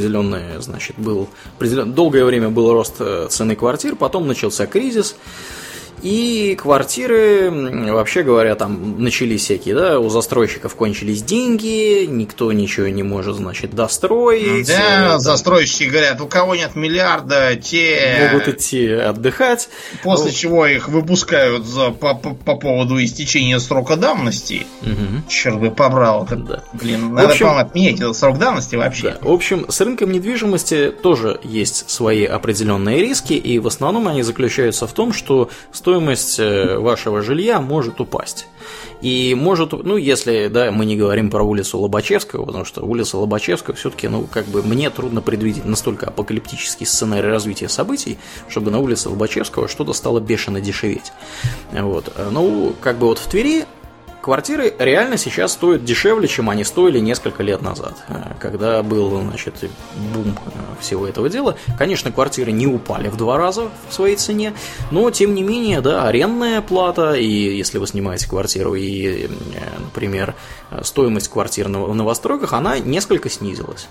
долгое время был рост цены квартир, потом начался кризис, и квартиры, вообще говоря, там начались всякие, у застройщиков кончились деньги, никто ничего не может, достроить.
Да, застройщики говорят, у кого нет миллиарда, те
могут идти отдыхать.
После чего их выпускают по поводу истечения срока давности. Черт бы побрал. Надо, по-моему, отменять этот срок давности вообще.
Да. В общем, с рынком недвижимости тоже есть свои определенные риски, и в основном они заключаются в том, что стоимость вашего жилья может упасть. И может, если, мы не говорим про улицу Лобачевского, потому что улица Лобачевского все-таки, мне трудно предвидеть настолько апокалиптический сценарий развития событий, чтобы на улице Лобачевского что-то стало бешено дешеветь. В Твери квартиры реально сейчас стоят дешевле, чем они стоили несколько лет назад, когда был, значит, бум всего этого дела. Конечно, квартиры не упали в 2 раза в своей цене, но, тем не менее, да, арендная плата, и если вы снимаете квартиру, и, например, стоимость квартир в новостройках, она несколько снизилась.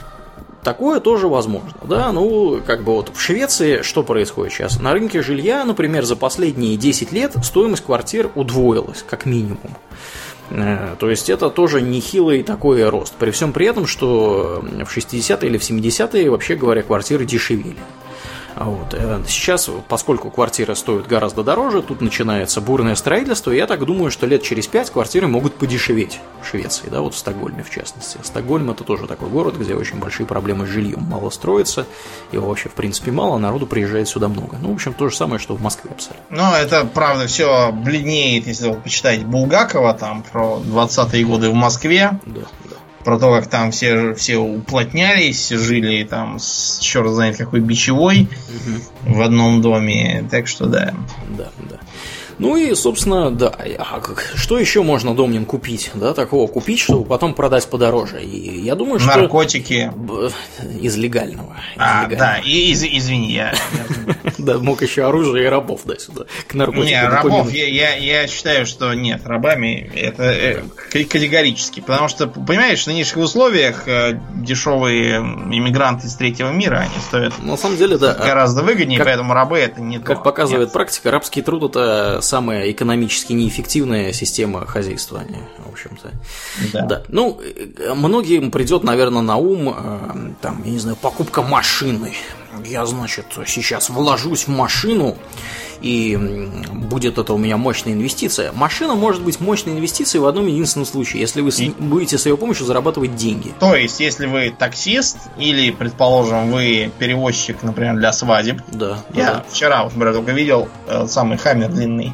Такое тоже возможно, да, ну, как бы вот в Швеции что происходит сейчас? На рынке жилья, например, за последние 10 лет стоимость квартир удвоилась, как минимум. То есть это тоже нехилый такой рост, при всем при этом, что в 60-е или в 70-е, вообще говоря, квартиры дешевели. Вот. Сейчас, поскольку квартиры стоят гораздо дороже, тут начинается бурное строительство, и я так думаю, что лет через 5 квартиры могут подешеветь в Швеции, да, вот в Стокгольме в частности. Стокгольм — это тоже такой город, где очень большие проблемы с жильем, мало строится, его вообще в принципе мало, народу приезжает сюда много. Ну, в общем, то же самое, что в Москве абсолютно.
Ну, это, правда, все бледнеет, если вы почитаете Булгакова, там, про 20-е годы в Москве. Да. Про то, как там все уплотнялись, жили там с черт знает какой бичевой в одном доме. Так что да. Да. Ну и, собственно, да, что еще можно, Домнин, купить, да, такого купить, чтобы потом продать подороже? И я думаю, что... Наркотики. Из легального. Да, и извини, я... Да, мог еще оружие и рабов, да, сюда, к наркотикам. Не, рабов, я считаю, что нет, рабами это категорически, потому что, понимаешь, в нынешних условиях дешевые иммигранты из третьего мира, они стоят на самом деле, да, гораздо выгоднее, поэтому рабы это не то. Как показывает практика, рабский труд — это самая экономически неэффективная система хозяйствования, в общем-то. Да. Ну, многим придет, наверное, на ум, там, я не знаю, покупка машины. Я, значит, сейчас вложусь в машину, и будет это у меня мощная инвестиция. Машина может быть мощной инвестицией в одном единственном случае, если вы будете с ее помощью зарабатывать деньги. То есть, если вы таксист или, предположим, вы перевозчик, например, для свадеб. Да. Я вчера, например, только видел самый Хаммер длинный.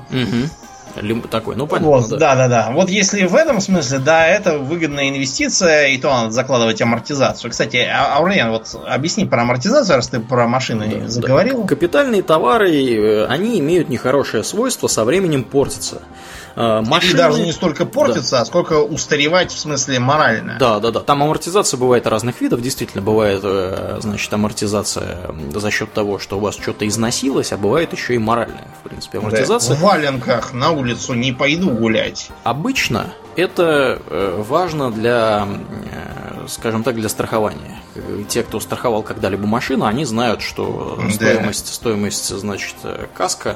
Такой, ну понятно. Вот, да. Вот если в этом смысле, да, это выгодная инвестиция, и то надо закладывать амортизацию. Кстати, Аурлиен, вот объясни про амортизацию, раз ты про машины заговорил. Да. Капитальные товары, они имеют нехорошее свойство со временем портиться. Машины... И даже не столько портиться, а сколько устаревать, в смысле морально. Да. Там амортизация бывает разных видов. Действительно, бывает, значит, амортизация за счет того, что у вас что-то износилось, а бывает еще и моральная, в принципе, амортизация. Да. В валенках на улицу не пойду гулять. Обычно это важно для, скажем так, для страхования. Те, кто страховал когда-либо машину, они знают, что стоимость, значит, каска,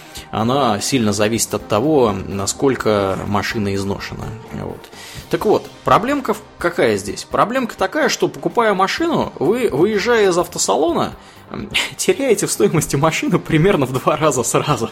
она сильно зависит от того, насколько машина изношена. Вот. Так вот, проблемка какая здесь? Проблемка такая, что, покупая машину, вы, выезжая из автосалона, теряете в стоимости машины примерно в 2 раза сразу.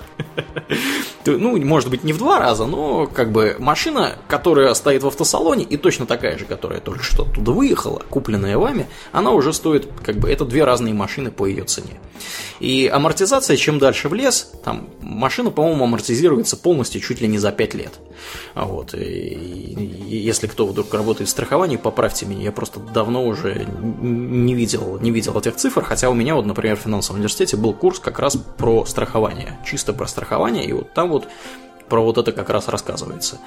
Ну, может быть, не в 2 раза, но как бы машина, которая стоит в автосалоне, и точно такая же, которая только что оттуда выехала, купленная вами, она уже стоит, как бы, это 2 разные машины по ее цене. И амортизация, чем дальше в лес, там машина, по-моему, амортизируется полностью чуть ли не за 5 лет. Вот. И если кто вдруг работает в страховании, поправьте меня, я просто давно уже не видел этих цифр, хотя у меня вот, например, в финансовом университете был курс как раз про страхование, чисто про страхование, и вот там вот про вот это как раз рассказывается.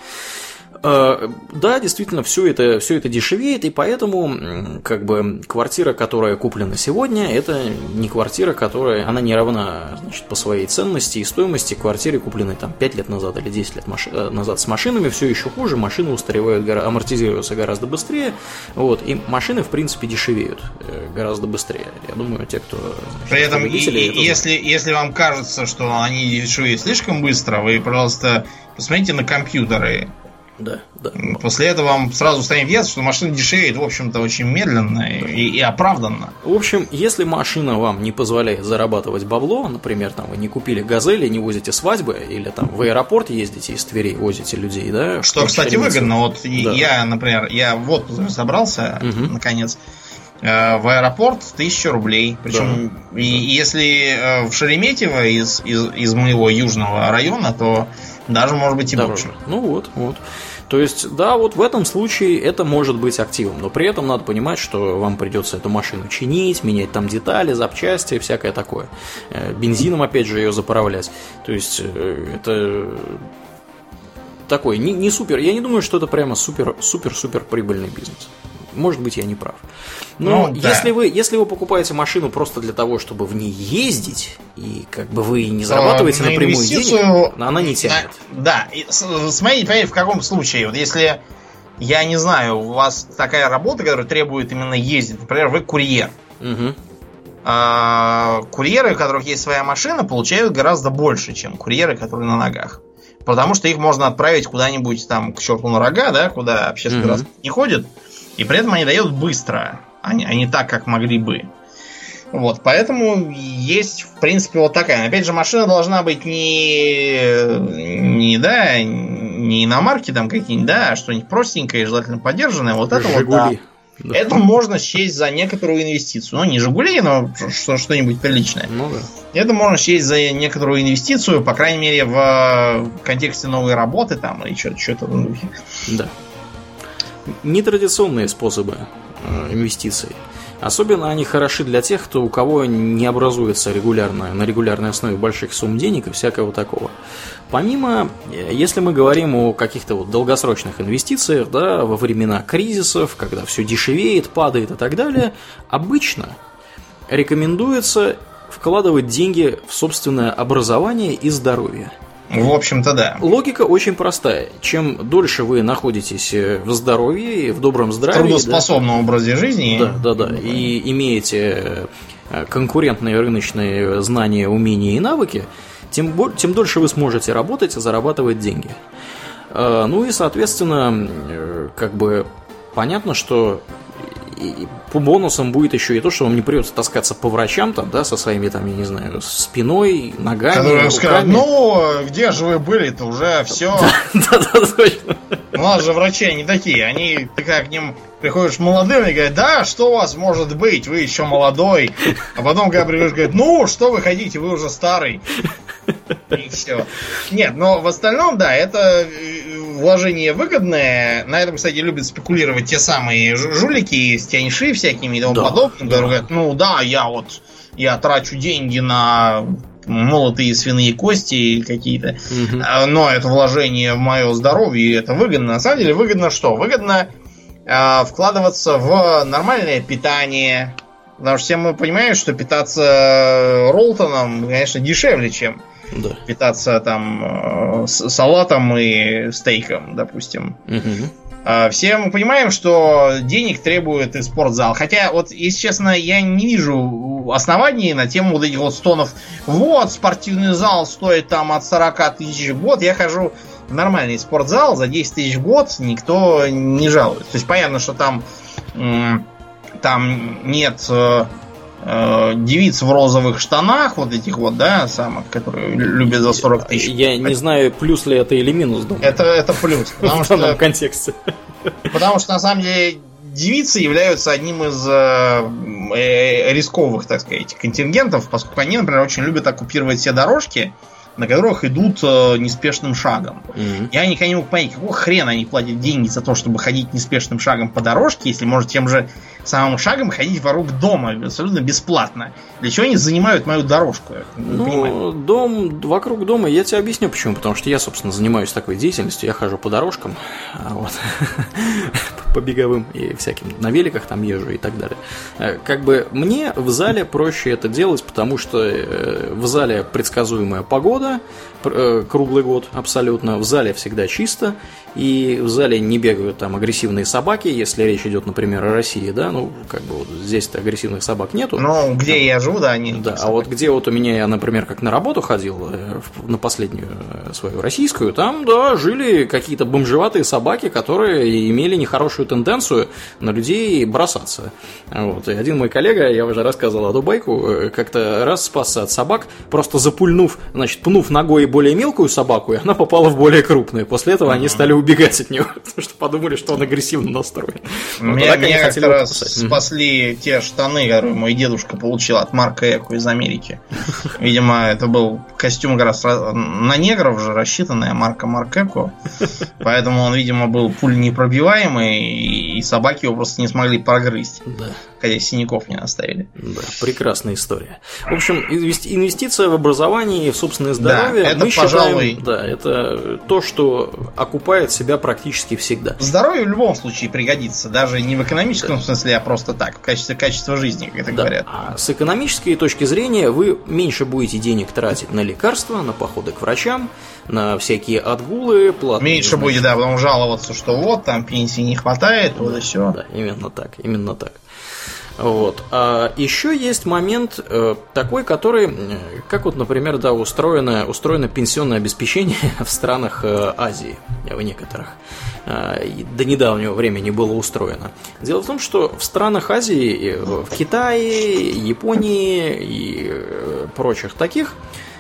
Да, действительно, все это дешевеет, и поэтому как бы квартира, которая куплена сегодня, это не квартира, она не равна, значит, по своей ценности и стоимости квартире, купленной там 5 лет назад или 10 лет назад. С машинами все еще хуже, машины устаревают, амортизируются гораздо быстрее, вот, и машины, в принципе, дешевеют гораздо быстрее. Я думаю, те, кто... Значит, при этом, если вам кажется, что они дешевеют слишком быстро, вы просто посмотрите на компьютеры. Да. После этого вам сразу станет ясно, что машина дешевеет, в общем-то, очень медленно и оправданно. В общем, если машина вам не позволяет зарабатывать бабло, например, там вы не купили «Газели», не возите свадьбы, или там в аэропорт ездите из Твери, возите людей, да? Что, кстати, выгодно. Вот да. Я, например, в отпуск собрался, наконец. В аэропорт 1000 рублей. Причем, да. И если в Шереметьево из моего южного района, то даже может быть и больше. Ну вот. То есть, да, вот в этом случае это может быть активом, но при этом надо понимать, что вам придется эту машину чинить, менять там детали, запчасти, всякое такое. Бензином, опять же, ее заправлять. То есть, это
такой, не супер. Я не думаю, что это прямо супер прибыльный бизнес. Может быть, я не прав. Но
да.
если вы покупаете машину просто для того, чтобы в ней ездить, и как бы вы не зарабатываете напрямую денег, она не тянет.
Да, смотрите, в каком случае. Вот если, я не знаю, у вас такая работа, которая требует именно ездить, например, вы курьер.
Угу.
Курьеры, у которых есть своя машина, получают гораздо больше, чем курьеры, которые на ногах. Потому что их можно отправить куда-нибудь там к черту на рога, да, куда общественный транспорт не ходит. И при этом они дают быстро, а не так, как могли бы. Вот, поэтому есть, в принципе, вот такая. Опять же, машина должна быть не иномарки там какие-нибудь, да, а что-нибудь простенькое и желательно подержанное. Вот это
Жигули.
Вот, да. Это можно счесть за некоторую инвестицию. Ну, не Жигули, но что-нибудь приличное.
Ну, да.
Это можно счесть за некоторую инвестицию, по крайней мере, в контексте новой работы там или что-то в духе.
Да. Нетрадиционные способы инвестиций. Особенно они хороши для тех, у кого не образуется на регулярной основе больших сумм денег и всякого такого. Помимо, если мы говорим о каких-то вот долгосрочных инвестициях, да, во времена кризисов, когда все дешевеет, падает и так далее, обычно рекомендуется вкладывать деньги в собственное образование и здоровье.
В общем-то, да.
Логика очень простая. Чем дольше вы находитесь в здоровье и в добром здравии,
в трудоспособном образе жизни.
Да, и имеете конкурентные рыночные знания, умения и навыки, тем дольше вы сможете работать и зарабатывать деньги. Ну и, соответственно, как бы понятно, что и по бонусам будет еще и то, что вам не придется таскаться по врачам там, да, со своими там, я не знаю, спиной, ногами,
которые
руками.
скажут, ну, где же вы были-то, уже все.
Да, точно.
У нас же врачи не такие, ты как к ним приходишь молодым и говорят, да, что у вас может быть, вы еще молодой. А потом, когда приходишь, говорят, ну, что вы хотите, вы уже старый. И все. Нет, но в остальном, да, это вложение выгодное. На этом, кстати, любят спекулировать те самые жулики с тяньши всякими и тому подобное. Которые говорят, ну да, я трачу деньги на молотые свиные кости какие-то, но это вложение в мое здоровье, и это выгодно. На самом деле выгодно что? Выгодно вкладываться в нормальное питание. Потому что все мы понимаем, что питаться Ролтоном, конечно, дешевле, чем питаться там салатом и стейком, допустим. Все мы понимаем, что денег требует и спортзал. Хотя, вот, если честно, я не вижу оснований на тему вот этих вот стонов. Вот, спортивный зал стоит там от 40 тысяч в год. Я хожу в нормальный спортзал за 10 тысяч в год, никто не жалует. То есть, понятно, что там нет девиц в розовых штанах, вот этих вот, да, самых, которые любят за 40 тысяч.
Я не знаю, плюс ли это или минус, думаю.
Это плюс.
В данном контексте.
Потому что, на самом деле, девицы являются одним из рисковых, так сказать, контингентов, поскольку они, например, очень любят оккупировать все дорожки, на которых идут неспешным шагом. Я никогда не мог понять, какого хрена они платят деньги за то, чтобы ходить неспешным шагом по дорожке, если может тем же самым шагом ходить вокруг дома абсолютно бесплатно. Для чего они занимают мою дорожку?
Дом вокруг дома, я тебе объясню почему. Потому что я, собственно, занимаюсь такой деятельностью. Я хожу по дорожкам, вот, по беговым и всяким, на великах там езжу и так далее. Как бы мне в зале проще это делать, потому что в зале предсказуемая погода круглый год абсолютно. В зале всегда чисто. И в зале не бегают там агрессивные собаки, если речь идет, например, о России, да, ну, как бы вот здесь-то агрессивных собак нету.
Ну, где там, я живу, да, они.
Да, а вот где вот у меня, я, например, как на работу ходил, на последнюю свою российскую, там, да, жили какие-то бомжеватые собаки, которые имели нехорошую тенденцию на людей бросаться. Вот, и один мой коллега, я уже рассказывал эту байку, как-то раз спасся от собак, просто запульнув, значит, пнув ногой более мелкую собаку, и она попала в более крупную. После этого они стали убегать от него, потому что подумали, что он агрессивно настроен.
Меня как-то раз спасли те штаны, которые мой дедушка получил от Марка Эко из Америки. Видимо, это был костюм как раз на негров же рассчитанная марка Марк Эко. Поэтому он, видимо, был пуленепробиваемый и и собаки его просто не смогли прогрызть.
Да.
Хотя синяков не оставили.
Да, прекрасная история. В общем, инвестиция в образование и в собственное здоровье,
да, это,
мы
пожалуй...
считаем, да, это то, что окупает себя практически всегда.
Здоровье в любом случае пригодится, даже не в экономическом смысле, а просто так, в качестве качества жизни, как это говорят.
А с экономической точки зрения вы меньше будете денег тратить на лекарства, на походы к врачам, на всякие отгулы, платные.
Меньше будет, да, потом жаловаться, что вот, там пенсии не хватает, вот и все.
Да, именно так, именно так. Вот. А еще есть момент такой, который, как вот, например, да, устроено пенсионное обеспечение в странах Азии, в некоторых. До недавнего времени было устроено. Дело в том, что в странах Азии, в Китае, Японии и прочих таких,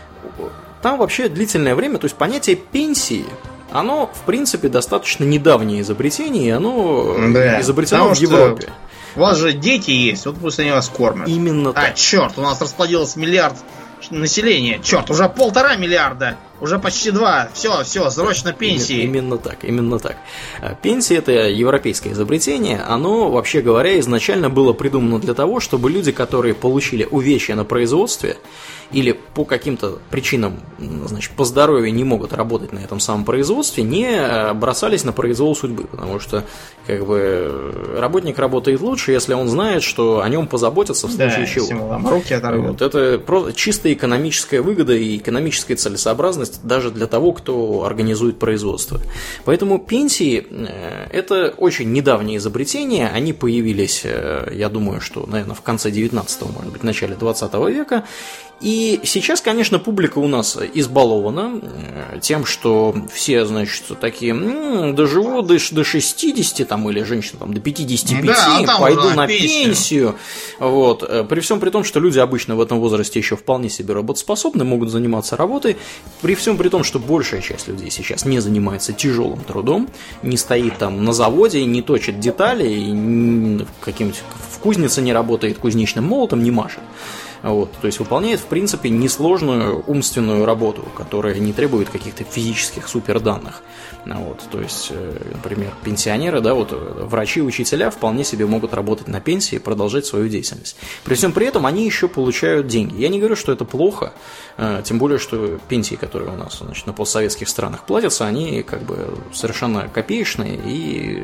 там вообще длительное время, то есть понятие пенсии, оно, в принципе, достаточно недавнее изобретение, и оно изобретено в Европе.
У вас же дети есть, вот пусть они вас кормят.
Именно так.
А, черт, у нас расплодилось миллиард населения. Черт, уже 1,5 миллиарда. Уже почти 2. Все, срочно пенсии.
Именно так. Пенсия — это европейское изобретение. Оно, вообще говоря, изначально было придумано для того, чтобы люди, которые получили увечья на производстве или по каким-то причинам, значит, по здоровью не могут работать на этом самом производстве, не бросались на произвол судьбы. Потому что, как бы, работник работает лучше, если он знает, что о нем позаботятся в случае чего.
Ему там руки оторвут.
Вот, это просто чистая экономическая выгода и экономическая целесообразность даже для того, кто организует производство. Поэтому пенсии – это очень недавнее изобретение. Они появились, я думаю, что, наверное, в конце 19-го, может быть, в начале 20 века. И сейчас, конечно, публика у нас избалована тем, что все, значит, такие, доживу до 60 там, или женщина там, до 55, да, пойду на пенсию. Вот. При всем при том, что люди обычно в этом возрасте еще вполне себе работоспособны, могут заниматься работой. При всем при том, что большая часть людей сейчас не занимается тяжелым трудом, не стоит там на заводе, не точит детали, и каким-нибудь в кузнице не работает кузнечным молотом, не машет. Вот, то есть выполняет, в принципе, несложную умственную работу, которая не требует каких-то физических суперданных. Вот, то есть, например, пенсионеры, да, вот, врачи и учителя вполне себе могут работать на пенсии и продолжать свою деятельность. При всем при этом они еще получают деньги. Я не говорю, что это плохо, тем более, что пенсии, которые у нас, значит, на постсоветских странах платятся, они как бы совершенно копеечные и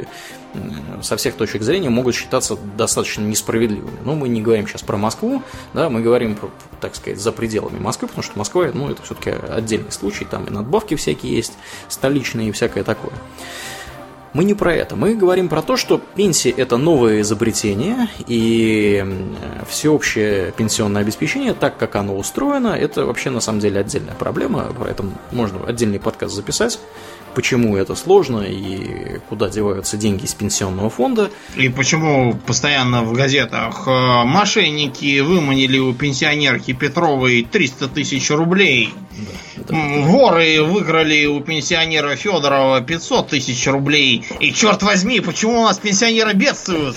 со всех точек зрения могут считаться достаточно несправедливыми. Но мы не говорим сейчас про Москву, да, мы говорим, так сказать, за пределами Москвы, потому что Москва, ну, это все-таки отдельный случай, там и надбавки всякие есть, столичные и всякое такое. Мы не про это, мы говорим про то, что пенсия – это новое изобретение, и всеобщее пенсионное обеспечение, так как оно устроено, это вообще на самом деле отдельная проблема, поэтому можно отдельный подкаст записать, почему это сложно и куда деваются деньги из пенсионного фонда. И почему постоянно в газетах мошенники выманили у пенсионерки Петровой 300 тысяч рублей. Да. Воры выкрали у пенсионера Федорова 500 тысяч рублей. И черт возьми, почему у нас пенсионеры бедствуют?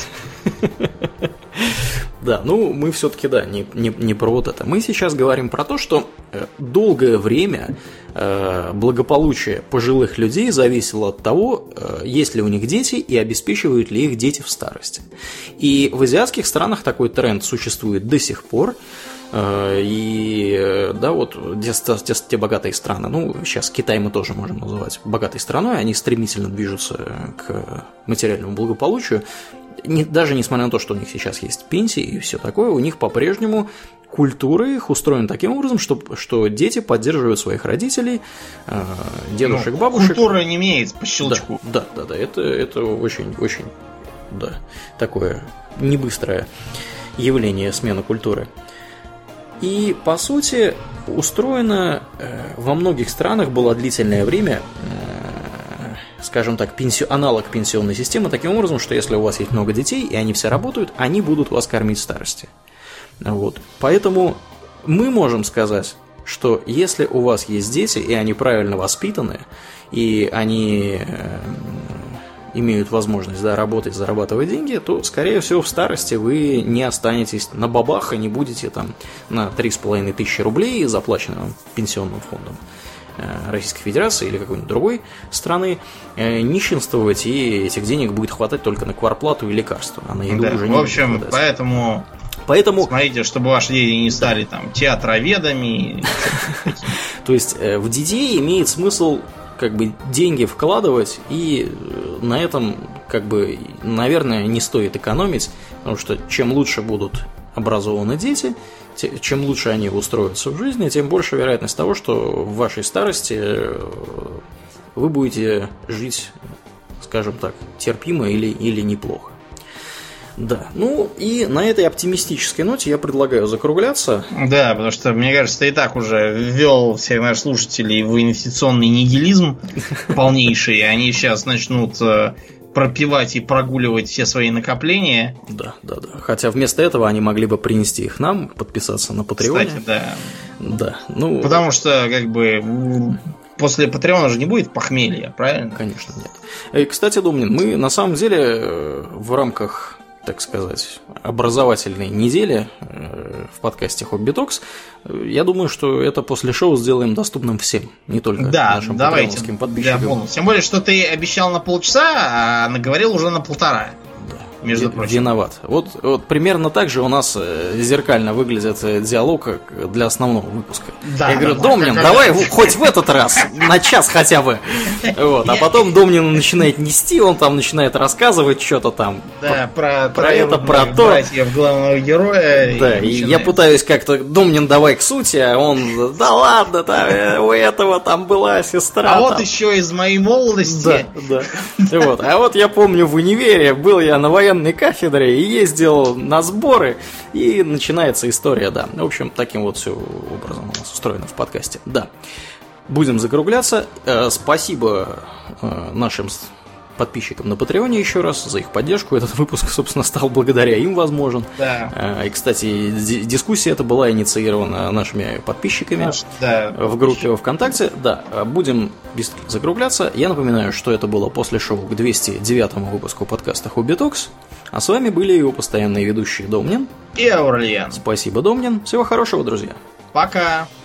Да, ну мы все-таки, да, не про вот это. Мы сейчас говорим про то, что долгое время благополучие пожилых людей зависело от того, есть ли у них дети и обеспечивают ли их дети в старости. И в азиатских странах такой тренд существует до сих пор. И да, вот те богатые страны, ну, сейчас Китай мы тоже можем называть богатой страной, они стремительно движутся к материальному благополучию. Даже несмотря на то, что у них сейчас есть пенсии и все такое, у них по-прежнему культура их устроена таким образом, что дети поддерживают своих родителей, дедушек, бабушек. Культура не меняется по щелчку. Да, это очень, да, такое небыстрое явление, смена культуры. И, по сути, устроено во многих странах было длительное время, скажем так, аналог пенсионной системы таким образом, что если у вас есть много детей, и они все работают, они будут вас кормить в старости. Вот. Поэтому мы можем сказать, что если у вас есть дети, и они правильно воспитаны, и они имеют возможность, да, работать, зарабатывать деньги, то, скорее всего, в старости вы не останетесь на бабах и не будете там на 3500 рублей, заплаченным пенсионным фондом, Российской Федерации или какой-нибудь другой страны нищенствовать, и этих денег будет хватать только на кварплату и лекарства, а на еду уже не
в общем,
будет хватать.
Поэтому смотрите, чтобы ваши дети не стали там театроведами.
То есть в детей имеет смысл как бы деньги вкладывать, и на этом, как бы, наверное, не стоит экономить, потому что чем лучше будут образованы дети, чем лучше они устроятся в жизни, тем больше вероятность того, что в вашей старости вы будете жить, скажем так, терпимо или неплохо. Да, ну и на этой оптимистической ноте я предлагаю закругляться.
Да, потому что, мне кажется, ты и так уже ввел всех наших слушателей в инвестиционный нигилизм полнейший, и они сейчас начнут пропивать и прогуливать все свои накопления.
Да. Хотя вместо этого они могли бы принести их нам, подписаться на Патреоне.
Кстати, да.
Да, ну...
Потому что, как бы, после Патреона же не будет похмелья, правильно?
Конечно, нет. И, кстати, Домнин, мы на самом деле в рамках, так сказать, образовательной недели в подкасте Hobby Talks, я думаю, что это после шоу сделаем доступным всем, не только нашим патреоновским подписчикам.
Тем более, что ты обещал на полчаса, а наговорил уже на 1,5. Между прочим.
Виноват. Вот примерно так же у нас зеркально выглядит диалог для основного выпуска.
Да,
я говорю, Домнин, давай хоть в этот раз, на час хотя бы. Вот, а потом Домнин начинает нести, он там начинает рассказывать что-то там.
Да,
про это, про то.
Братьев главного героя.
Да, и я пытаюсь как-то, Домнин, давай к сути, а он, да ладно, у этого там была сестра.
А вот еще из моей молодости.
Да. Вот, а вот я помню в универе, был я на военной кафедре и ездил на сборы, и начинается история, да. В общем, таким вот все образом у нас устроено в подкасте. Да. Будем закругляться. Спасибо нашим подписчикам на Патреоне еще раз за их поддержку. Этот выпуск, собственно, стал благодаря им возможен.
Да.
И, кстати, дискуссия эта была инициирована нашими подписчиками в группе во ВКонтакте. Да, будем быстро закругляться. Я напоминаю, что это было после шоу к 209-му выпуску подкаста Hobby Talks. А с вами были его постоянные ведущие Домнин
и Аурлиен.
Спасибо, Домнин. Всего хорошего, друзья.
Пока.